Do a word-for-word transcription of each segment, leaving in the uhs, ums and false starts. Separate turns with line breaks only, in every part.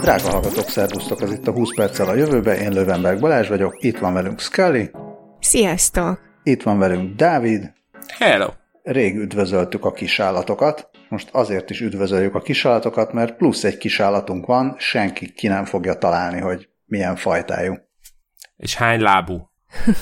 Drága hallgatók, szervusztok, ez itt a húsz perccel a jövőbe, én Löwenberg Balázs vagyok, itt van velünk Scully.
Sziasztok!
Itt van velünk Dávid.
Hello!
Rég üdvözöltük a kisállatokat, most azért is üdvözöljük a kisállatokat, mert plusz egy kisállatunk van, senki ki nem fogja találni, hogy milyen fajtájú.
És hány lábú?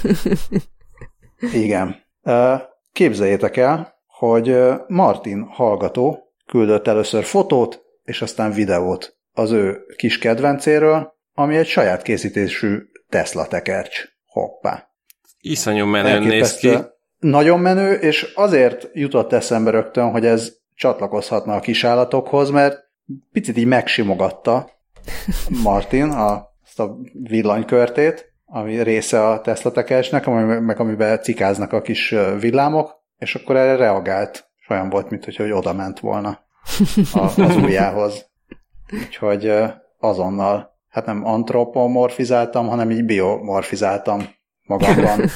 Igen. Képzeljétek el, hogy Martin hallgató küldött először fotót, és aztán videót az ő kis kedvencéről, ami egy saját készítésű Tesla tekercs. Hoppá.
Iszonyú menően néz ki.
Nagyon menő, és azért jutott eszembe rögtön, hogy ez csatlakozhatna a kisállatokhoz, mert picit így megsimogatta Martin a, azt a villanykörtét, ami része a Tesla tekercsnek, meg amiben cikáznak a kis villámok, és akkor erre reagált. Olyan volt, mint hogy oda ment volna az ujjához. Úgyhogy azonnal, hát nem antropomorfizáltam, hanem így biomorfizáltam magamban.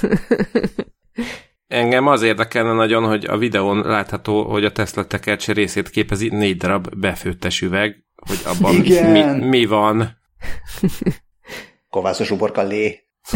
Engem az érdekelne nagyon, hogy a videón látható, hogy a Tesla tekercs részét képezi négy darab befőttes üveg, hogy abban mi, mi van.
Kovászos uborka lé.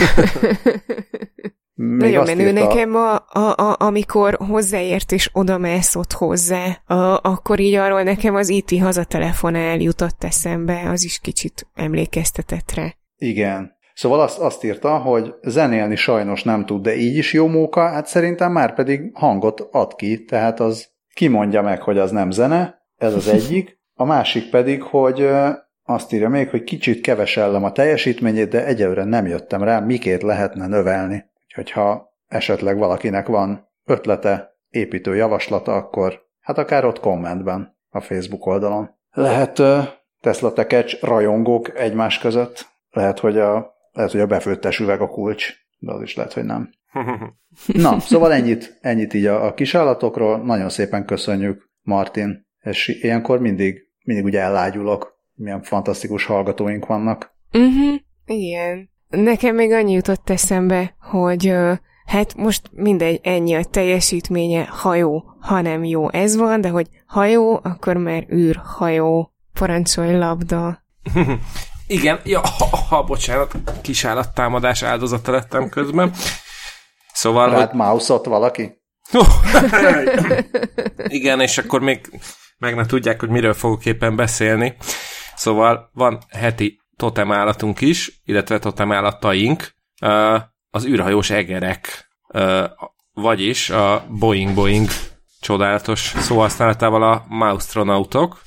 Nagyon menő írta... nekem, a, a, a, amikor hozzáért és odamászott hozzá, a, akkor így arról nekem az í té hazatelefonál jutott eszembe, az is kicsit emlékeztetett rá.
Igen. Szóval azt, azt írta, hogy zenélni sajnos nem tud, de így is jó móka, hát szerintem már pedig hangot ad ki, tehát az kimondja meg, hogy az nem zene, ez az egyik. A másik pedig, hogy azt írja még, hogy kicsit kevesellem a teljesítményét, de egyelőre nem jöttem rá, mikét lehetne növelni. Úgyhogy ha esetleg valakinek van ötlete, építő javaslata, akkor hát akár ott kommentben a Facebook oldalon. Lehet uh, Tesla tekercs rajongók egymás között, lehet, hogy a, lehet, hogy a befőttes üveg a kulcs, de az is lehet, hogy nem. Na, szóval ennyit, ennyit így a, a kisállatokról, nagyon szépen köszönjük, Martin, és ilyenkor mindig, mindig ugye ellágyulok, milyen fantasztikus hallgatóink vannak.
Uh-huh, igen. Nekem még annyi jutott eszembe, hogy uh, hát most mindegy, ennyi a teljesítménye, ha jó, ha nem jó, ez van, de hogy ha jó, akkor már űrhajó, parancsolj labda.
Igen, ja, ha, ha, bocsánat, kisállattámadás áldozata lettem közben. Szóval...
Rád hogy... mouse-ot valaki?
Igen, és akkor még meg ne tudják, hogy miről fogok éppen beszélni. Szóval van heti totem állatunk is, illetve totem állataink, az űrhajós egerek, vagyis a Boeing Boeing csodálatos szóhasználatával a maustronautok.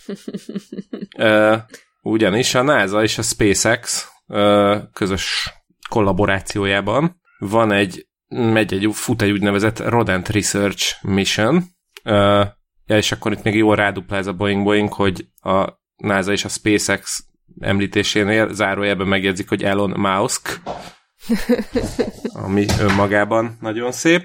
Ugyanis a NASA és a SpaceX közös kollaborációjában van egy, megy egy, fut egy úgynevezett Rodent Research Mission, ja, és akkor itt még jól rádupláz a Boeing Boeing, hogy a NASA és a SpaceX említésénél zárójelben megjegyzik, hogy Elon Musk, ami önmagában nagyon szép.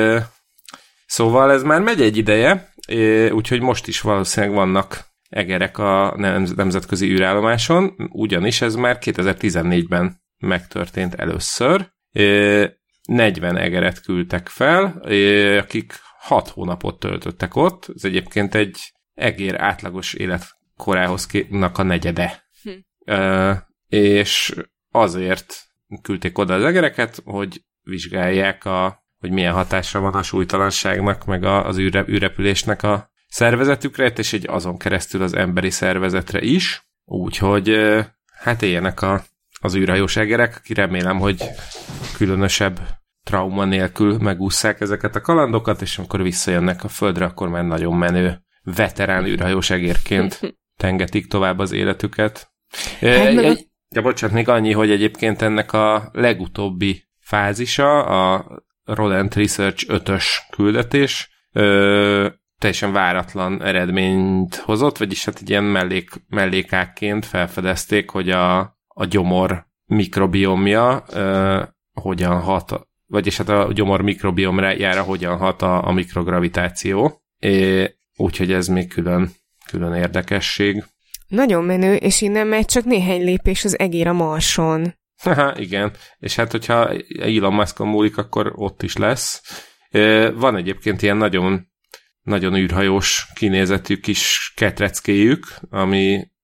Szóval ez már megy egy ideje, úgyhogy most is valószínűleg vannak egerek a nemzetközi űrállomáson, ugyanis ez már kétezer-tizennégyben megtörtént először. negyven egeret küldtek fel, akik hat hónapot töltöttek ott. Ez egyébként egy egér átlagos életkorához a negyede. Hm. Uh, és azért küldték oda az egereket, hogy vizsgálják, a, hogy milyen hatása van a súlytalanságnak, meg a, az űrre, űrrepülésnek a szervezetükre, és egy azon keresztül az emberi szervezetre is. Úgyhogy uh, hát éljenek a, az űrhajós egerek, aki remélem, hogy különösebb trauma nélkül megússzák ezeket a kalandokat, és amikor visszajönnek a Földre, akkor már nagyon menő veterán űrhajós egérként tengetik tovább az életüket. Hát e, egy, ja, bocsánat, még annyi, hogy egyébként ennek a legutóbbi fázisa, a Rodent Research ötös küldetés ö, teljesen váratlan eredményt hozott, vagyis hát egy ilyen mellék, mellékákként felfedezték, hogy a, a gyomor mikrobiomja ö, hogyan hat, vagyis hát a gyomor mikrobiomjára hogyan hat a, a mikrogravitáció. É, úgyhogy ez még külön, külön érdekesség.
Nagyon menő, és innen megy csak néhány lépés az egér a Marson.
Haha, igen. És hát, hogyha Elon Muskon múlik, akkor ott is lesz. Van egyébként ilyen nagyon, nagyon űrhajós kinézetű kis ketreckéjük, ami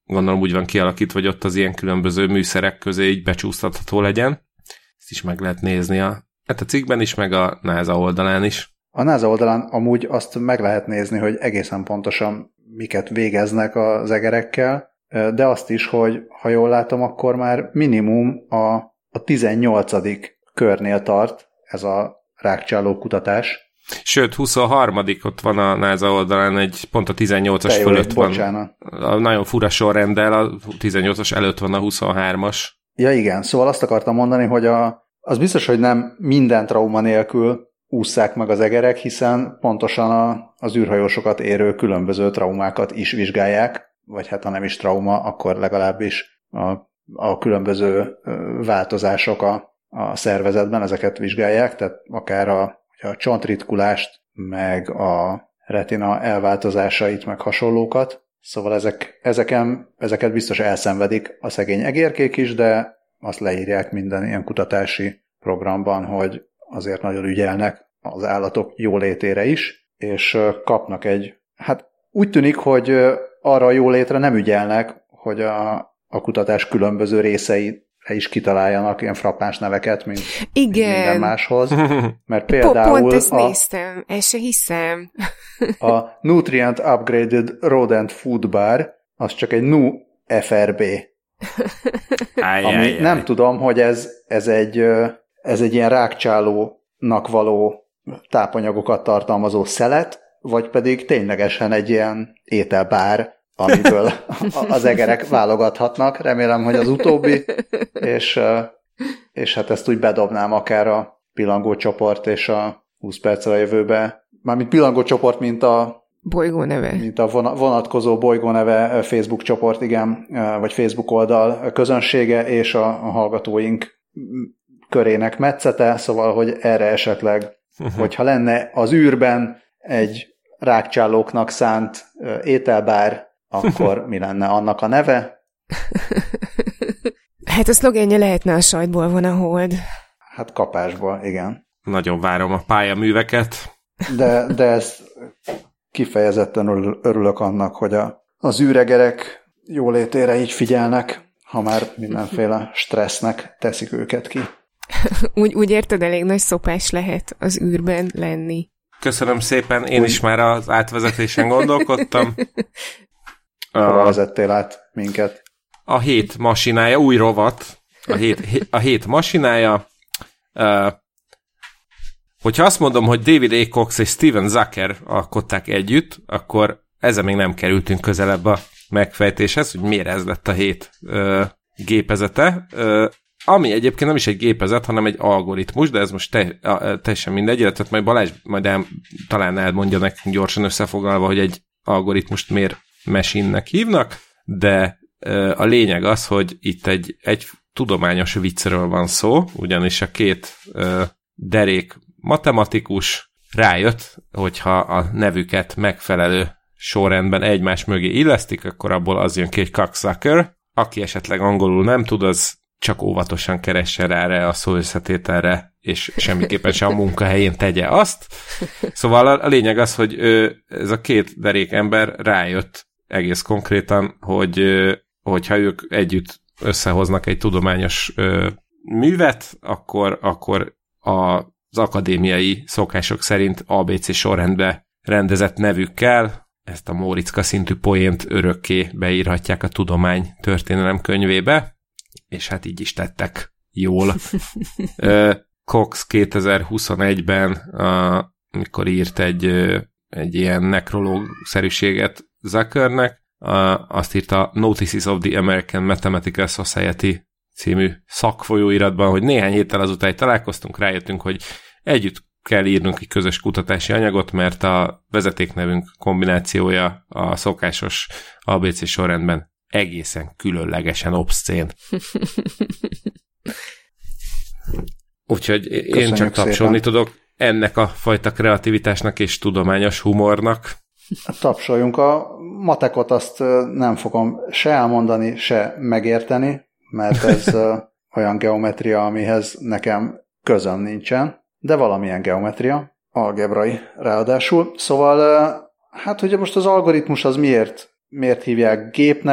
gondolom úgy van kialakítva, hogy ott az ilyen különböző műszerek közé így becsúsztatható legyen. Ezt is meg lehet nézni a, hát a cikkben is, meg a NASA oldalán is.
A NASA oldalán amúgy azt meg lehet nézni, hogy egészen pontosan miket végeznek az egerekkel, de azt is, hogy ha jól látom, akkor már minimum a, a tizennyolcadik körnél tart ez a rákcsáló kutatás.
Sőt, huszonharmadik ott van a NASA oldalán, egy pont a tizennyolcas fölött van.
Bocsánat.
A nagyon fura sorrenddel, a tizennyolcas előtt van a huszonhármas.
Ja igen, szóval azt akartam mondani, hogy a, az biztos, hogy nem minden trauma nélkül ússzák meg az egerek, hiszen pontosan a, az űrhajósokat érő különböző traumákat is vizsgálják, vagy hát ha nem is trauma, akkor legalábbis a, a különböző változások a, a szervezetben, ezeket vizsgálják, tehát akár a, a csontritkulást, meg a retina elváltozásait, meg hasonlókat. Szóval ezek, ezeken, ezeket biztos elszenvedik a szegény egérkék is, de azt leírják minden ilyen kutatási programban, hogy azért nagyon ügyelnek az állatok jólétére is, és kapnak egy, hát úgy tűnik, hogy arra a jólétre nem ügyelnek, hogy a, a kutatás különböző részeire is kitaláljanak ilyen frappáns neveket, mint
igen.
minden máshoz. Mert például
pont ezt
a,
néztem, ezt se hiszem.
a Nutrient Upgraded Rodent Food Bar, az csak egy N U F R B.
Áj,
ami
áj, áj.
nem tudom, hogy ez, ez, egy, ez egy ilyen rákcsálónak való tápanyagokat tartalmazó szelet, vagy pedig ténylegesen egy ilyen ételbár, amiből az egerek válogathatnak. Remélem, hogy az utóbbi, és, és hát ezt úgy bedobnám akár a pillangó csoport és a húsz perccel a jövőbe. Mármint pillangó csoport, mint a
bolygó neve.
Mint a vonatkozó bolygó neve Facebook csoport, igen, vagy Facebook oldal közönsége és a, a hallgatóink körének metszete, szóval, hogy erre esetleg, hogyha lenne az űrben egy rákcsálóknak szánt ételbár, akkor mi lenne annak a neve?
Hát a szlogenje lehetne a sajtból van a hold.
Hát kapásból, igen.
Nagyon várom a pályaműveket.
De, de ez kifejezetten örülök annak, hogy a, az űregerek jólétére így figyelnek, ha már mindenféle stressznek teszik őket ki.
úgy, úgy érted, elég nagy szopás lehet az űrben lenni.
Köszönöm szépen, én úgy. is már az átvezetésen gondolkodtam.
Hova vezettél át minket?
A hét masinája, új rovat, a hét, a hét masinája. Uh, hogyha azt mondom, hogy David A. Cox és Steven Zucker alkották együtt, akkor ezzel még nem kerültünk közelebb a megfejtéshez, hogy miért ez lett a hét uh, gépezete. Uh, ami egyébként nem is egy gépezet, hanem egy algoritmus, de ez most te, uh, teljesen mindegy, illetve majd Balázs majd el, talán elmondja nekünk gyorsan összefoglalva, hogy egy algoritmust miért machine-nek hívnak, de uh, a lényeg az, hogy itt egy, egy tudományos viccről van szó, ugyanis a két uh, derék matematikus rájött, hogyha a nevüket megfelelő sorrendben egymás mögé illesztik, akkor abból az jön ki, hogy cocksucker. Aki esetleg angolul nem tud, az csak óvatosan keresse rá erre a szóösszetételre, és semmiképpen sem a munkahelyén tegye azt. Szóval a, a lényeg az, hogy ő, ez a két derék ember rájött egész konkrétan, hogy hogyha ők együtt összehoznak egy tudományos ö, művet, akkor, akkor a az akadémiai szokások szerint á bé cé sorrendbe rendezett nevükkel ezt a Móriczka szintű poént örökké beírhatják a tudomány történelem könyvébe, és hát így is tettek jól. Cox kétezer-huszonegyben, amikor írt egy, egy ilyen nekrológ-szerűséget Zuckernek, azt írta Notices of the American Mathematical Society című szakfolyóiratban, hogy néhány héttel azután találkoztunk, rájöttünk, hogy együtt kell írnunk egy közös kutatási anyagot, mert a vezetéknevünk kombinációja a szokásos á bé cé sorrendben egészen különlegesen obszcén. Úgyhogy én Köszönjük csak tapsolni szépen. Tudok ennek a fajta kreativitásnak és tudományos humornak.
Tapsoljunk. A matekot azt nem fogom se elmondani, se megérteni, mert ez olyan geometria, amihez nekem közöm nincsen, de valamilyen geometria, algebrai ráadásul. Szóval, hát ugye most az algoritmus az miért, miért hívják gépnek?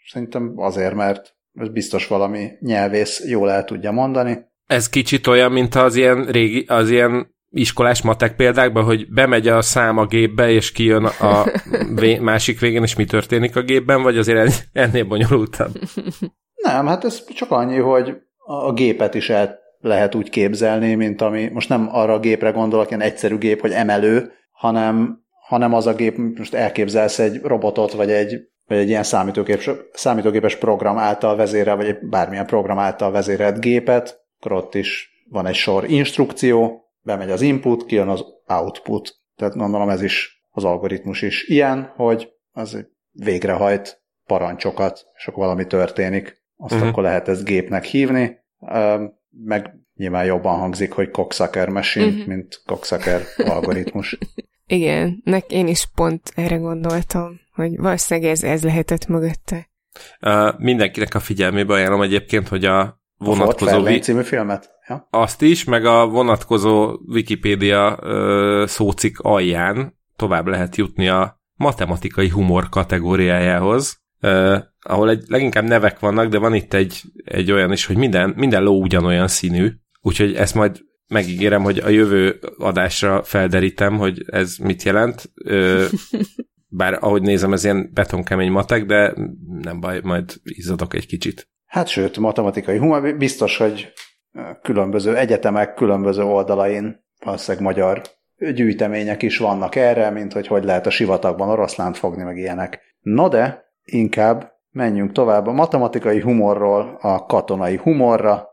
Szerintem azért, mert ez biztos valami nyelvész jól el tudja mondani.
Ez kicsit olyan, mint az ilyen régi, az ilyen iskolás matek példákban, hogy bemegy a szám a gépbe, és kijön a vé- másik végén, és mi történik a gépben, vagy azért ennél bonyolultabb?
Nem, hát ez csak annyi, hogy a gépet is el lehet úgy képzelni, mint ami, most nem arra a gépre gondolok, ilyen egyszerű gép, hogy emelő, hanem, hanem az a gép, most elképzelsz egy robotot, vagy egy, vagy egy ilyen számítógépes, számítógépes program által vezérel, vagy egy bármilyen program által vezérelt gépet, akkor ott is van egy sor instrukció, bemegy az input, kijön az output. Tehát gondolom ez is, az algoritmus is ilyen, hogy az végrehajt parancsokat, és akkor valami történik. Azt uh-huh. akkor lehet ezt gépnek hívni, meg nyilván jobban hangzik, hogy cocksucker machine, uh-huh. mint cocksucker algoritmus.
Igen, nek én is pont erre gondoltam, hogy valószínűleg ez, ez lehetett mögötte.
Uh, mindenkinek a figyelmébe ajánlom egyébként, hogy a vonatkozó...
A vi- című filmet? Ja.
Azt is, meg a vonatkozó Wikipédia uh, szócikk alján tovább lehet jutni a matematikai humor kategóriájához, uh, ahol egy, leginkább nevek vannak, de van itt egy, egy olyan is, hogy minden, minden ló ugyanolyan színű, úgyhogy ezt majd megígérem, hogy a jövő adásra felderítem, hogy ez mit jelent. Uh, bár ahogy nézem, ez ilyen betonkemény matek, de nem baj, majd izzadok egy kicsit.
Hát sőt, matematikai humor, biztos, hogy különböző egyetemek különböző oldalain valószínűleg magyar gyűjtemények is vannak erre, mint hogy hogy lehet a sivatagban oroszlánt fogni, meg ilyenek. No de, inkább menjünk tovább a matematikai humorról a katonai humorra.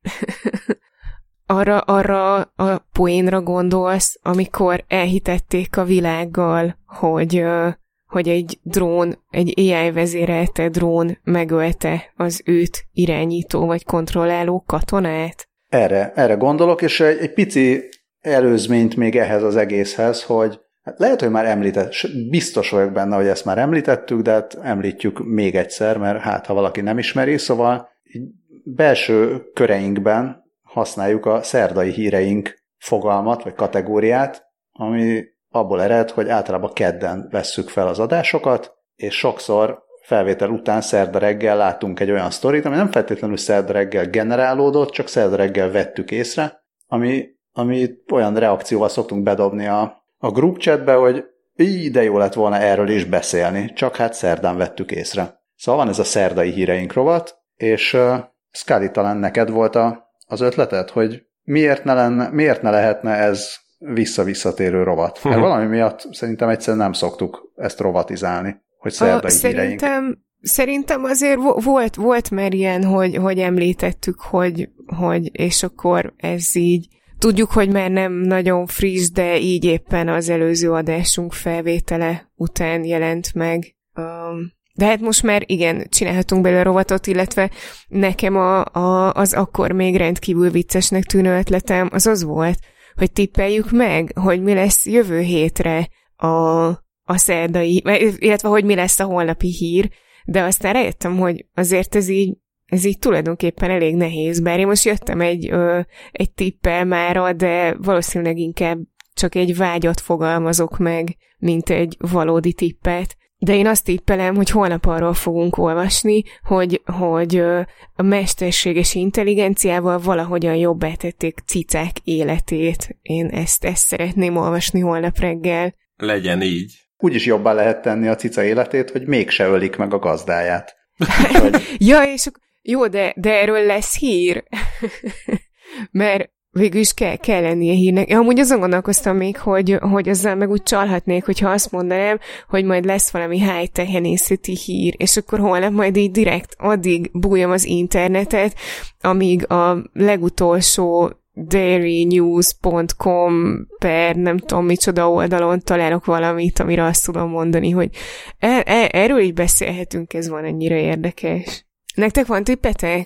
arra, arra a poénra gondolsz, amikor elhitették a világgal, hogy, hogy egy drón, egy á i vezérelte drón megölte az őt irányító vagy kontrolláló katonát?
Erre, erre gondolok, és egy, egy pici előzményt még ehhez az egészhez, hogy hát lehet, hogy már említett, biztos vagyok benne, hogy ezt már említettük, de hát említjük még egyszer, mert hát ha valaki nem ismeri, szóval belső köreinkben használjuk a szerdai híreink fogalmat, vagy kategóriát, ami abból ered, hogy általában kedden vesszük fel az adásokat, és sokszor felvétel után szerda reggel látunk egy olyan sztorit, ami nem feltétlenül szerda reggel generálódott, csak szerda reggel vettük észre, ami, ami olyan reakcióval szoktunk bedobni a, a group chatbe, hogy így de jó lett volna erről is beszélni, csak hát szerdán vettük észre. Szóval van ez a szerdai híreink rovat, és uh, Scully, talán neked volt a az ötleted, hogy miért ne, lenne, miért ne lehetne ez vissza-visszatérő rovat? Mert valami miatt szerintem egyszerűen nem szoktuk ezt rovatizálni, hogy szerdai a, híreink.
Szerintem, szerintem azért volt, volt már ilyen, hogy, hogy említettük, hogy, hogy és akkor ez így, tudjuk, hogy már nem nagyon friss, de így éppen az előző adásunk felvétele után jelent meg. Um, De hát most már igen, csinálhatunk belőle rovatot, illetve nekem a, a, az akkor még rendkívül viccesnek tűnő ötletem az az volt, hogy tippeljük meg, hogy mi lesz jövő hétre a, a szerdai, illetve hogy mi lesz a holnapi hír, de aztán rájöttem, hogy azért ez így, ez így tulajdonképpen elég nehéz, bár én most jöttem egy, ö, egy tippel mára, de valószínűleg inkább csak egy vágyat fogalmazok meg, mint egy valódi tippet. De én azt tippelem, hogy holnap arról fogunk olvasni, hogy, hogy a mesterséges intelligenciával valahogyan jobbá tették cicák életét. Én ezt, ezt szeretném olvasni holnap reggel.
Legyen így.
Úgyis jobbá lehet tenni a cica életét, hogy mégse ölik meg a gazdáját.
Hogy... ja, és jó, de, de erről lesz hír. Mert végül is kell, kell lennie hírnek. Ja, amúgy azon gondolkoztam még, hogy, hogy azzal meg úgy csalhatnék, hogyha azt mondanám, hogy majd lesz valami high-tech henészeti hír, és akkor holnap majd így direkt addig bújom az internetet, amíg a legutolsó dairy news pont com per nem tudom micsoda oldalon találok valamit, amire azt tudom mondani, hogy er, er, erről így beszélhetünk, ez van annyira érdekes. Nektek van tippetek?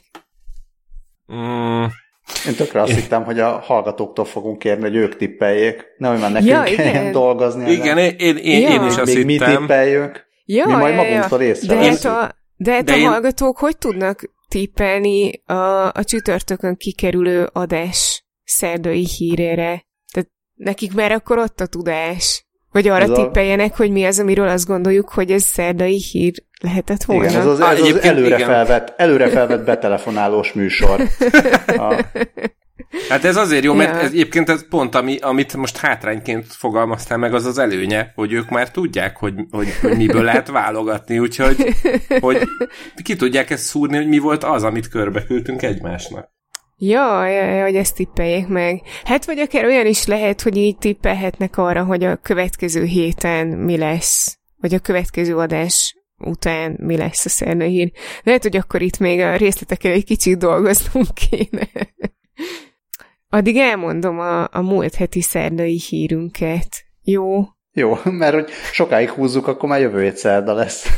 Mm.
Én tökre azt hittem, hogy a hallgatóktól fogunk kérni, hogy ők tippeljék. Nehogy már nekünk
ja,
kelljen dolgozni.
Igen, én, én, én, ja. én is azt
még
hittem.
Mi tippeljünk.
Ja,
mi majd
ja,
magunktól
ja.
észrevesszük.
De, a, de, hát de a én... hallgatók hogy tudnak tippelni a, a csütörtökön kikerülő adás szerdai hírére? Tehát nekik már akkor ott a tudás. Vagy arra tippeljenek, a... hogy mi az, amiről azt gondoljuk, hogy ez szerdai hír lehetett volna.
Igen, ez az, ez az előre, felvett, előre felvett betelefonálós műsor. A...
Hát ez azért jó, mert ez, egyébként ez pont, ami, amit most hátrányként fogalmaztál meg, az az előnye, hogy ők már tudják, hogy, hogy, hogy miből lehet válogatni, úgyhogy hogy ki tudják ezt szúrni, hogy mi volt az, amit körbeküldtünk egymásnak.
Ja, ja, ja, hogy ezt tippeljék meg. Hát vagy akár olyan is lehet, hogy így tippelhetnek arra, hogy a következő héten mi lesz, vagy a következő adás után mi lesz a szerdai hír. Lehet, hogy akkor itt még a részletekkel egy kicsit dolgoznunk kéne. Addig elmondom a, a múlt heti szerdai hírünket. Jó?
Jó, mert hogy sokáig húzzuk, akkor már jövő hét szerda lesz.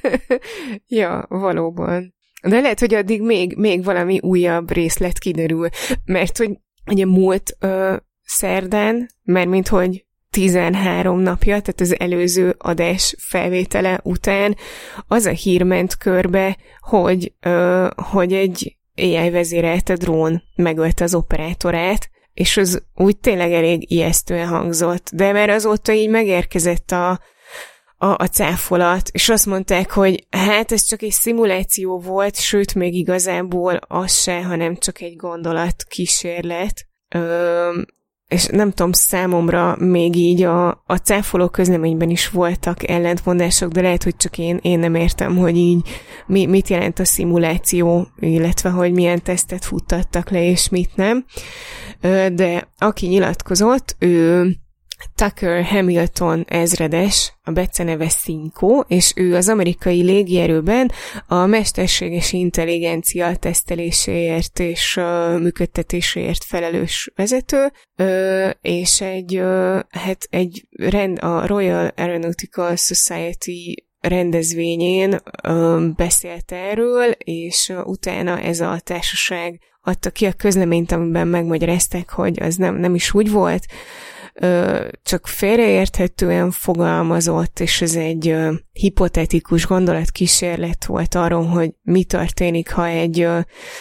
Ja, valóban. De lehet, hogy addig még, még valami újabb részlet kiderül. Mert hogy ugye múlt ö, szerdán, mert mint hogy tizenhárom napja, tehát az előző adás felvétele után az a hír ment körbe, hogy, ö, hogy egy á i vezérelte drón megölte az operátorát, és az úgy tényleg elég ijesztően hangzott. De mert azóta így megérkezett a, a, a cáfolat, és azt mondták, hogy hát ez csak egy szimuláció volt, sőt, még igazából az se, hanem csak egy gondolatkísérlet. Ö, és nem tudom, számomra még így a, a cáfoló közleményben is voltak ellentmondások, de lehet, hogy csak én, én nem értem, hogy így mi, mit jelent a szimuláció, illetve hogy milyen tesztet futtattak le, és mit nem. De aki nyilatkozott, ő Tucker Hamilton ezredes, a beceneve Cinco, és ő az amerikai légierőben a mesterséges intelligencia teszteléséért és uh, működtetéséért felelős vezető, uh, és egy, uh, hát egy rend, a Royal Aeronautical Society rendezvényén uh, beszélt erről, és uh, utána ez a társaság adta ki a közleményt, amiben megmagyarázták, hogy az nem, nem is úgy volt, csak félreérthetően fogalmazott, és ez egy uh, hipotetikus gondolatkísérlet volt arról, hogy mi történik, ha egy uh,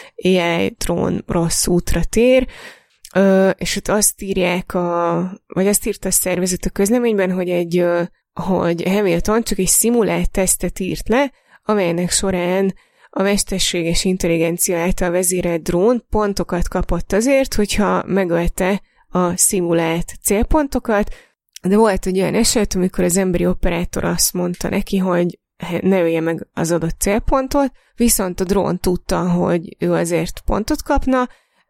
á i drón rossz útra tér, uh, és ott azt írják, a, vagy azt írta a szervezet a közleményben, hogy, egy, uh, hogy Hamilton csak egy szimulált tesztet írt le, amelynek során a mesterséges intelligencia által vezérelt drón pontokat kapott azért, hogyha megölte a szimulált célpontokat, de volt egy olyan eset, amikor az emberi operátor azt mondta neki, hogy ne ölje meg az adott célpontot, viszont a drón tudta, hogy ő azért pontot kapna,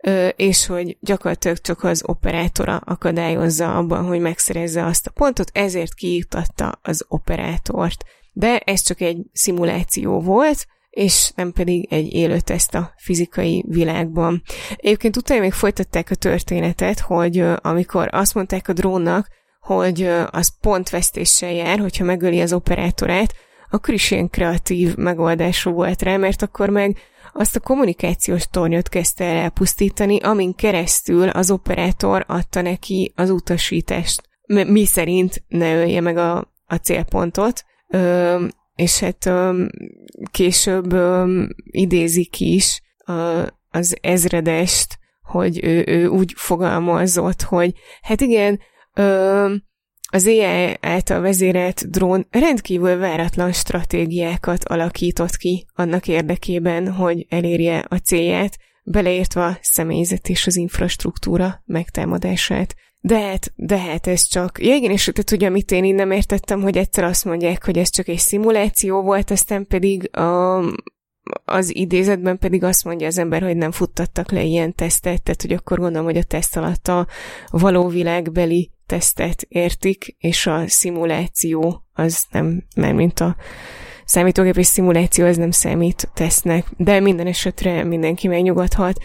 és hogy gyakorlatilag csak az operátora akadályozza abban, hogy megszerezze azt a pontot, ezért kiiktatta az operátort. De ez csak egy szimuláció volt, és nem pedig egy élő teszt a fizikai világban. Egyébként utána még folytatták a történetet, hogy amikor azt mondták a drónnak, hogy az pontvesztéssel jár, hogyha megöli az operátorát, akkor is ilyen kreatív megoldású volt rá, mert akkor meg azt a kommunikációs tornyot kezdte el elpusztítani, amin keresztül az operátor adta neki az utasítást. Mi szerint ne ölje meg a, a célpontot, Ö, és hát ö, később ö, idézik is ö, az ezredest, hogy ő, ő úgy fogalmazott, hogy hát igen, ö, az á i által vezérelt drón rendkívül váratlan stratégiákat alakított ki annak érdekében, hogy elérje a célját, beleértve a személyzet és az infrastruktúra megtámadását. De hát, de hát ez csak... Ja igen, és tehát ugye, amit én nem értettem, hogy egyszer azt mondják, hogy ez csak egy szimuláció volt, aztán pedig a, az idézetben pedig azt mondja az ember, hogy nem futtattak le ilyen tesztet, tehát hogy akkor gondolom, hogy a teszt alatt a való világbeli tesztet értik, és a szimuláció az nem, mert mint a számítógépes szimuláció, az nem számít tesznek, de minden esetre mindenki megnyugodhat.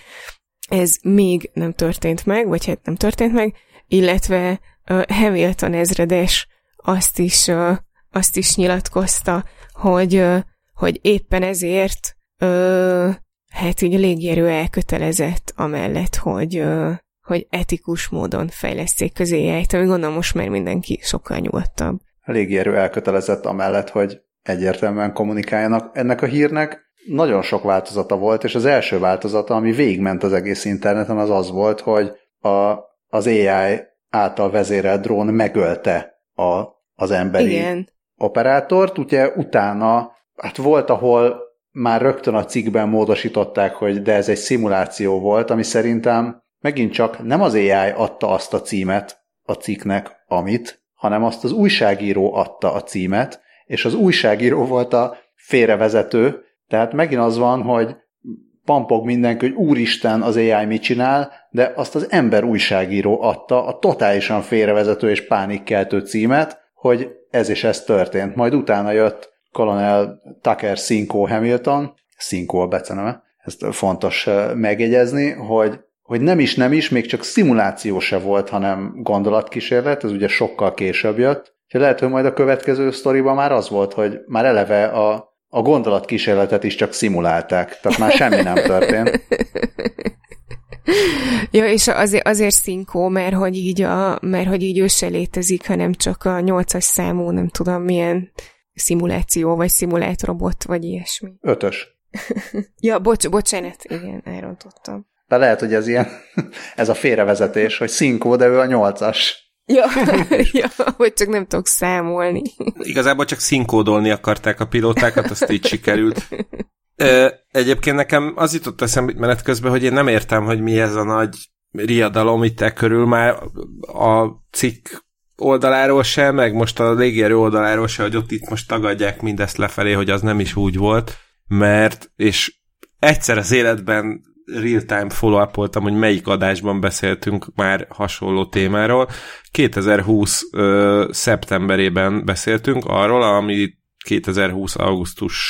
Ez még nem történt meg, vagy hát nem történt meg, illetve uh, Hamilton ezredes azt is, uh, azt is nyilatkozta, hogy, uh, hogy éppen ezért uh, hát így a légierő elkötelezett amellett, hogy, uh, hogy etikus módon fejleszték az á i-t, ami gondolom most már mindenki sokkal nyugodtabb.
A légierő elkötelezett amellett, hogy egyértelműen kommunikáljanak. Ennek a hírnek nagyon sok változata volt, és az első változata, ami végigment az egész interneten, az az volt, hogy a, az á i által vezérelt drón megölte a, az emberi
Igen.
operátort, ugye utána, hát volt, ahol már rögtön a cikkben módosították, hogy de ez egy szimuláció volt, ami szerintem megint csak nem az á i adta azt a címet a cikknek, amit, hanem azt az újságíró adta a címet, és az újságíró volt a félrevezető, tehát megint az van, hogy pampog mindenki, hogy úristen, az á i mit csinál, de azt az ember újságíró adta a totálisan félrevezető és pánikkeltő címet, hogy ez és ez történt. Majd utána jött Colonel Tucker Cinco Hamilton, Cinco a beceneve, ezt fontos megjegyezni, hogy, hogy nem is, nem is, még csak szimuláció se volt, hanem gondolatkísérlet, ez ugye sokkal később jött. Úgyhogy lehet, hogy majd a következő sztoriban már az volt, hogy már eleve a, a gondolatkísérletet is csak szimulálták, tehát már semmi nem történt.
Ja, és azért, azért Cinco, mert hogy, így a, mert hogy így ő se létezik, hanem csak a nyolcas számú, nem tudom milyen szimuláció, vagy szimulált robot, vagy ilyesmi.
Ötös.
Ja, bocs, bocsánat, igen, elrontottam.
De lehet, hogy ez ilyen, ez a félrevezetés, hogy Cinco, de ő a nyolcas.
Ja, ja, hogy csak nem tudok számolni.
Igazából csak szinkódolni akarták a pilótákat, azt így sikerült. Egyébként nekem az jutott eszembe menet közben, hogy én nem értem, hogy mi ez a nagy riadalom itt e körül, már a cikk oldaláról se, meg most a légierő oldaláról se, hogy ott itt most tagadják mindezt lefelé, hogy az nem is úgy volt, mert, és egyszer az életben real-time follow-upoltam, hogy melyik adásban beszéltünk már hasonló témáról. kétezer-húsz ö, szeptemberében beszéltünk arról, ami kétezer-húsz augusztus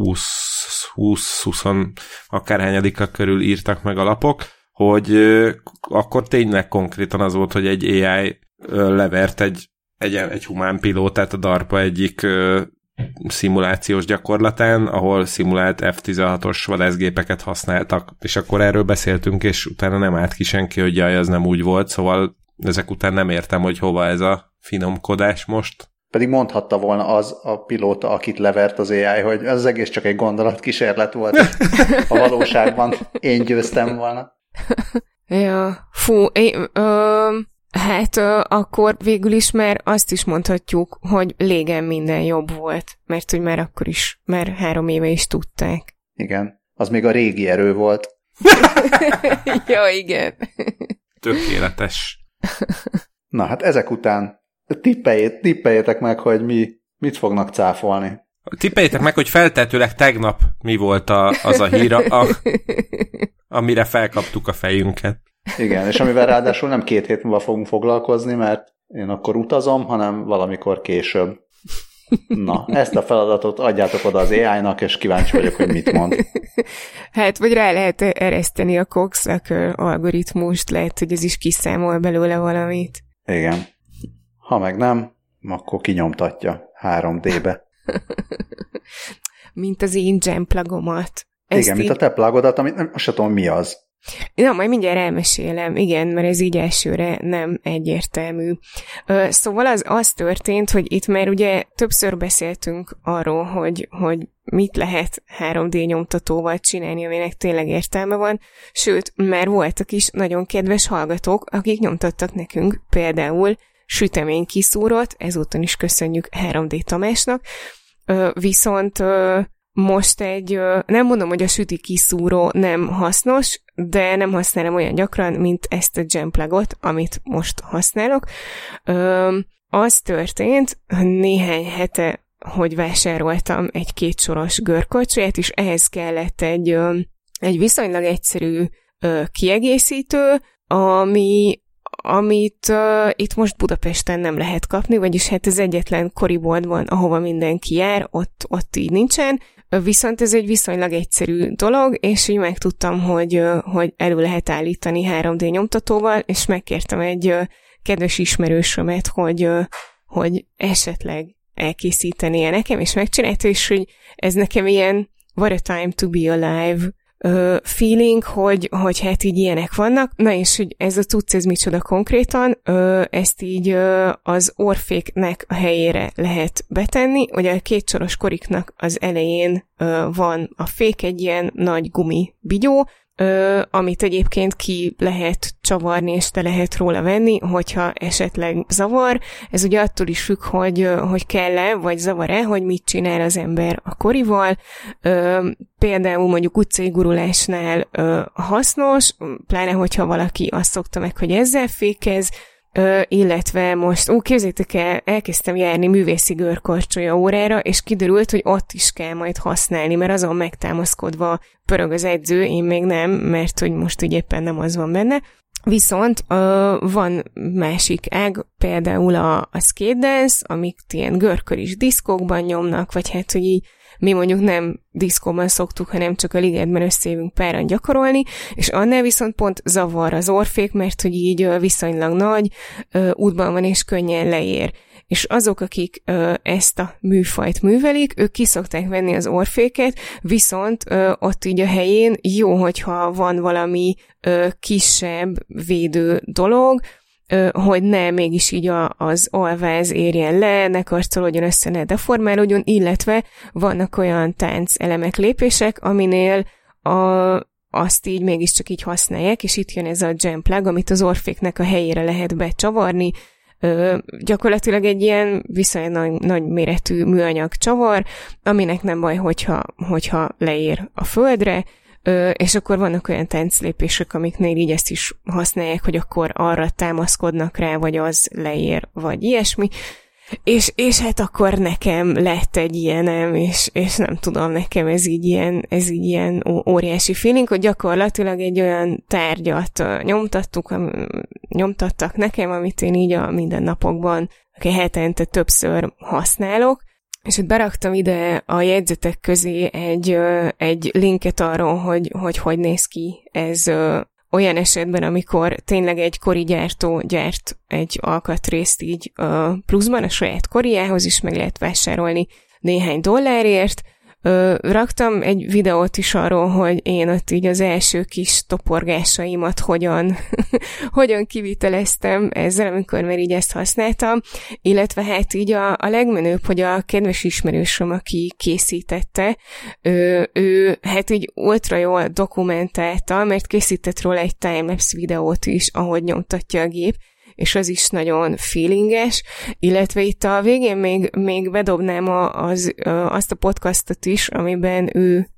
húsz-húsz akárhányadika körül írtak meg a lapok, hogy ö, akkor tényleg konkrétan az volt, hogy egy á i ö, levert egy, egy, egy humán pilótát a DARPA egyik ö, szimulációs gyakorlatán, ahol szimulált ef tizenhatos vadászgépeket használtak, és akkor erről beszéltünk, és utána nem állt ki senki, hogy jaj, az nem úgy volt, szóval ezek után nem értem, hogy hova ez a finomkodás most.
Pedig mondhatta volna az a pilóta, akit levert az á i, hogy ez az egész csak egy gondolatkísérlet volt. A valóságban én győztem volna.
Ja, fú, én, ö, hát ö, akkor végül is már azt is mondhatjuk, hogy légen minden jobb volt, mert hogy már akkor is, már három éve is tudták.
Igen, az még a régi erő volt.
Ja, igen.
Tökéletes.
Na hát ezek után tippeljét, tippeljetek meg, hogy mi, mit fognak cáfolni.
Tippeljétek meg, hogy feltehetőleg tegnap mi volt a, az a hír, a, amire felkaptuk a fejünket.
Igen, és amivel ráadásul nem két hét múlva fogunk foglalkozni, mert én akkor utazom, hanem valamikor később. Na, ezt a feladatot adjátok oda az á i-nak, és kíváncsi vagyok, hogy mit mond.
Hát, vagy rá lehet ereszteni a Coxsucker algoritmust, lehet, hogy ez is kiszámol belőle valamit.
Igen. Ha meg nem, akkor kinyomtatja három dé-be.
Mint az én jam plugomat.
Ezt igen, így... mint a te plugodat, amit nem, azt sem tudom, mi az.
Na, majd mindjárt elmesélem, igen, mert ez így elsőre nem egyértelmű. Szóval az, az történt, hogy itt már ugye többször beszéltünk arról, hogy, hogy mit lehet három dé nyomtatóval csinálni, aminek tényleg értelme van, sőt, már voltak is nagyon kedves hallgatók, akik nyomtattak nekünk például sütemény kiszúrót, ezúton is köszönjük három dé Tamásnak, viszont most egy, nem mondom, hogy a süti kiszúró nem hasznos, de nem használom olyan gyakran, mint ezt a jam plugot, amit most használok. Az történt, néhány hete, hogy vásároltam egy kétsoros görkorcsolyát, és ehhez kellett egy, egy viszonylag egyszerű kiegészítő, ami amit uh, itt most Budapesten nem lehet kapni, vagyis hát ez egyetlen koriboltban, ahova mindenki jár, ott, ott így nincsen, viszont ez egy viszonylag egyszerű dolog, és így megtudtam, hogy, uh, hogy elő lehet állítani három dé nyomtatóval, és megkértem egy uh, kedves ismerősömet, hogy, uh, hogy esetleg elkészítenie nekem, és megcsinálta, és hogy ez nekem ilyen what a time to be alive Uh, feeling, hogy, hogy hát így ilyenek vannak. Na és hogy ez a cucc, ez micsoda konkrétan, uh, ezt így uh, az orféknek a helyére lehet betenni. Ugye a kétsoros koriknak az elején uh, van a fék, egy ilyen nagy gumi bigyó, ö, amit egyébként ki lehet csavarni, és te lehet róla venni, hogyha esetleg zavar. Ez ugye attól is függ, hogy, hogy kell-e, vagy zavar-e, hogy mit csinál az ember a korival. Ö, például mondjuk utcai gurulásnál ö, hasznos, pláne hogyha valaki azt szokta meg, hogy ezzel fékez, Ö, illetve most, ó, képzétek el, elkezdtem járni művészi görkorcsolya órára, és kiderült, hogy ott is kell majd használni, mert azon megtámaszkodva pörög az edző, én még nem, mert hogy most úgy éppen nem az van benne. Viszont ö, van másik ág, például a, a skate dance, amik ilyen görköris diszkókban nyomnak, vagy hát, hogy így mi mondjuk nem diszkóban szoktuk, hanem csak a ligetben összejövünk páran gyakorolni, és annál viszont pont zavar az orfék, mert hogy így viszonylag nagy, útban van és könnyen leér. És azok, akik ezt a műfajt művelik, ők ki szokták venni az orféket, viszont ott így a helyén jó, hogyha van valami kisebb védő dolog, hogy ne mégis így a, az alváz érjen le, ne karcolódjon össze, ne deformálódjon, illetve vannak olyan tánc elemek, lépések, aminél a, azt így mégiscsak így használják, és itt jön ez a jam plug, amit az orféknek a helyére lehet becsavarni, Ö, gyakorlatilag egy ilyen viszonylag nagy, nagy méretű műanyag csavar, aminek nem baj, hogyha, hogyha leér a földre, Ö, és akkor vannak olyan tánclépések, amiknél így ezt is használják, hogy akkor arra támaszkodnak rá, vagy az leér, vagy ilyesmi. És, és hát akkor nekem lett egy ilyenem, és, és nem tudom, nekem ez így ilyen, ez így ilyen óriási feeling, hogy gyakorlatilag egy olyan tárgyat nyomtattuk, nyomtattak nekem, amit én így a mindennapokban, aki hetente többször használok, és ott beraktam ide a jegyzetek közé egy, egy linket arról, hogy, hogy hogy néz ki ez olyan esetben, amikor tényleg egy korigyártó gyárt egy alkatrészt így pluszban a saját koriához is meg lehet vásárolni néhány dollárért. Ö, raktam egy videót is arról, hogy én ott így az első kis toporgásaimat hogyan, hogyan kiviteleztem ezzel, amikor már így ezt használtam, illetve hát így a, a legmenőbb, hogy a kedves ismerősöm, aki készítette, ő, ő hát így ultra jól dokumentálta, mert készített róla egy timelapse videót is, ahogy nyomtatja a gép, és az is nagyon feelinges, illetve itt a végén még, még bedobnám a, az, azt a podcastot is, amiben ő,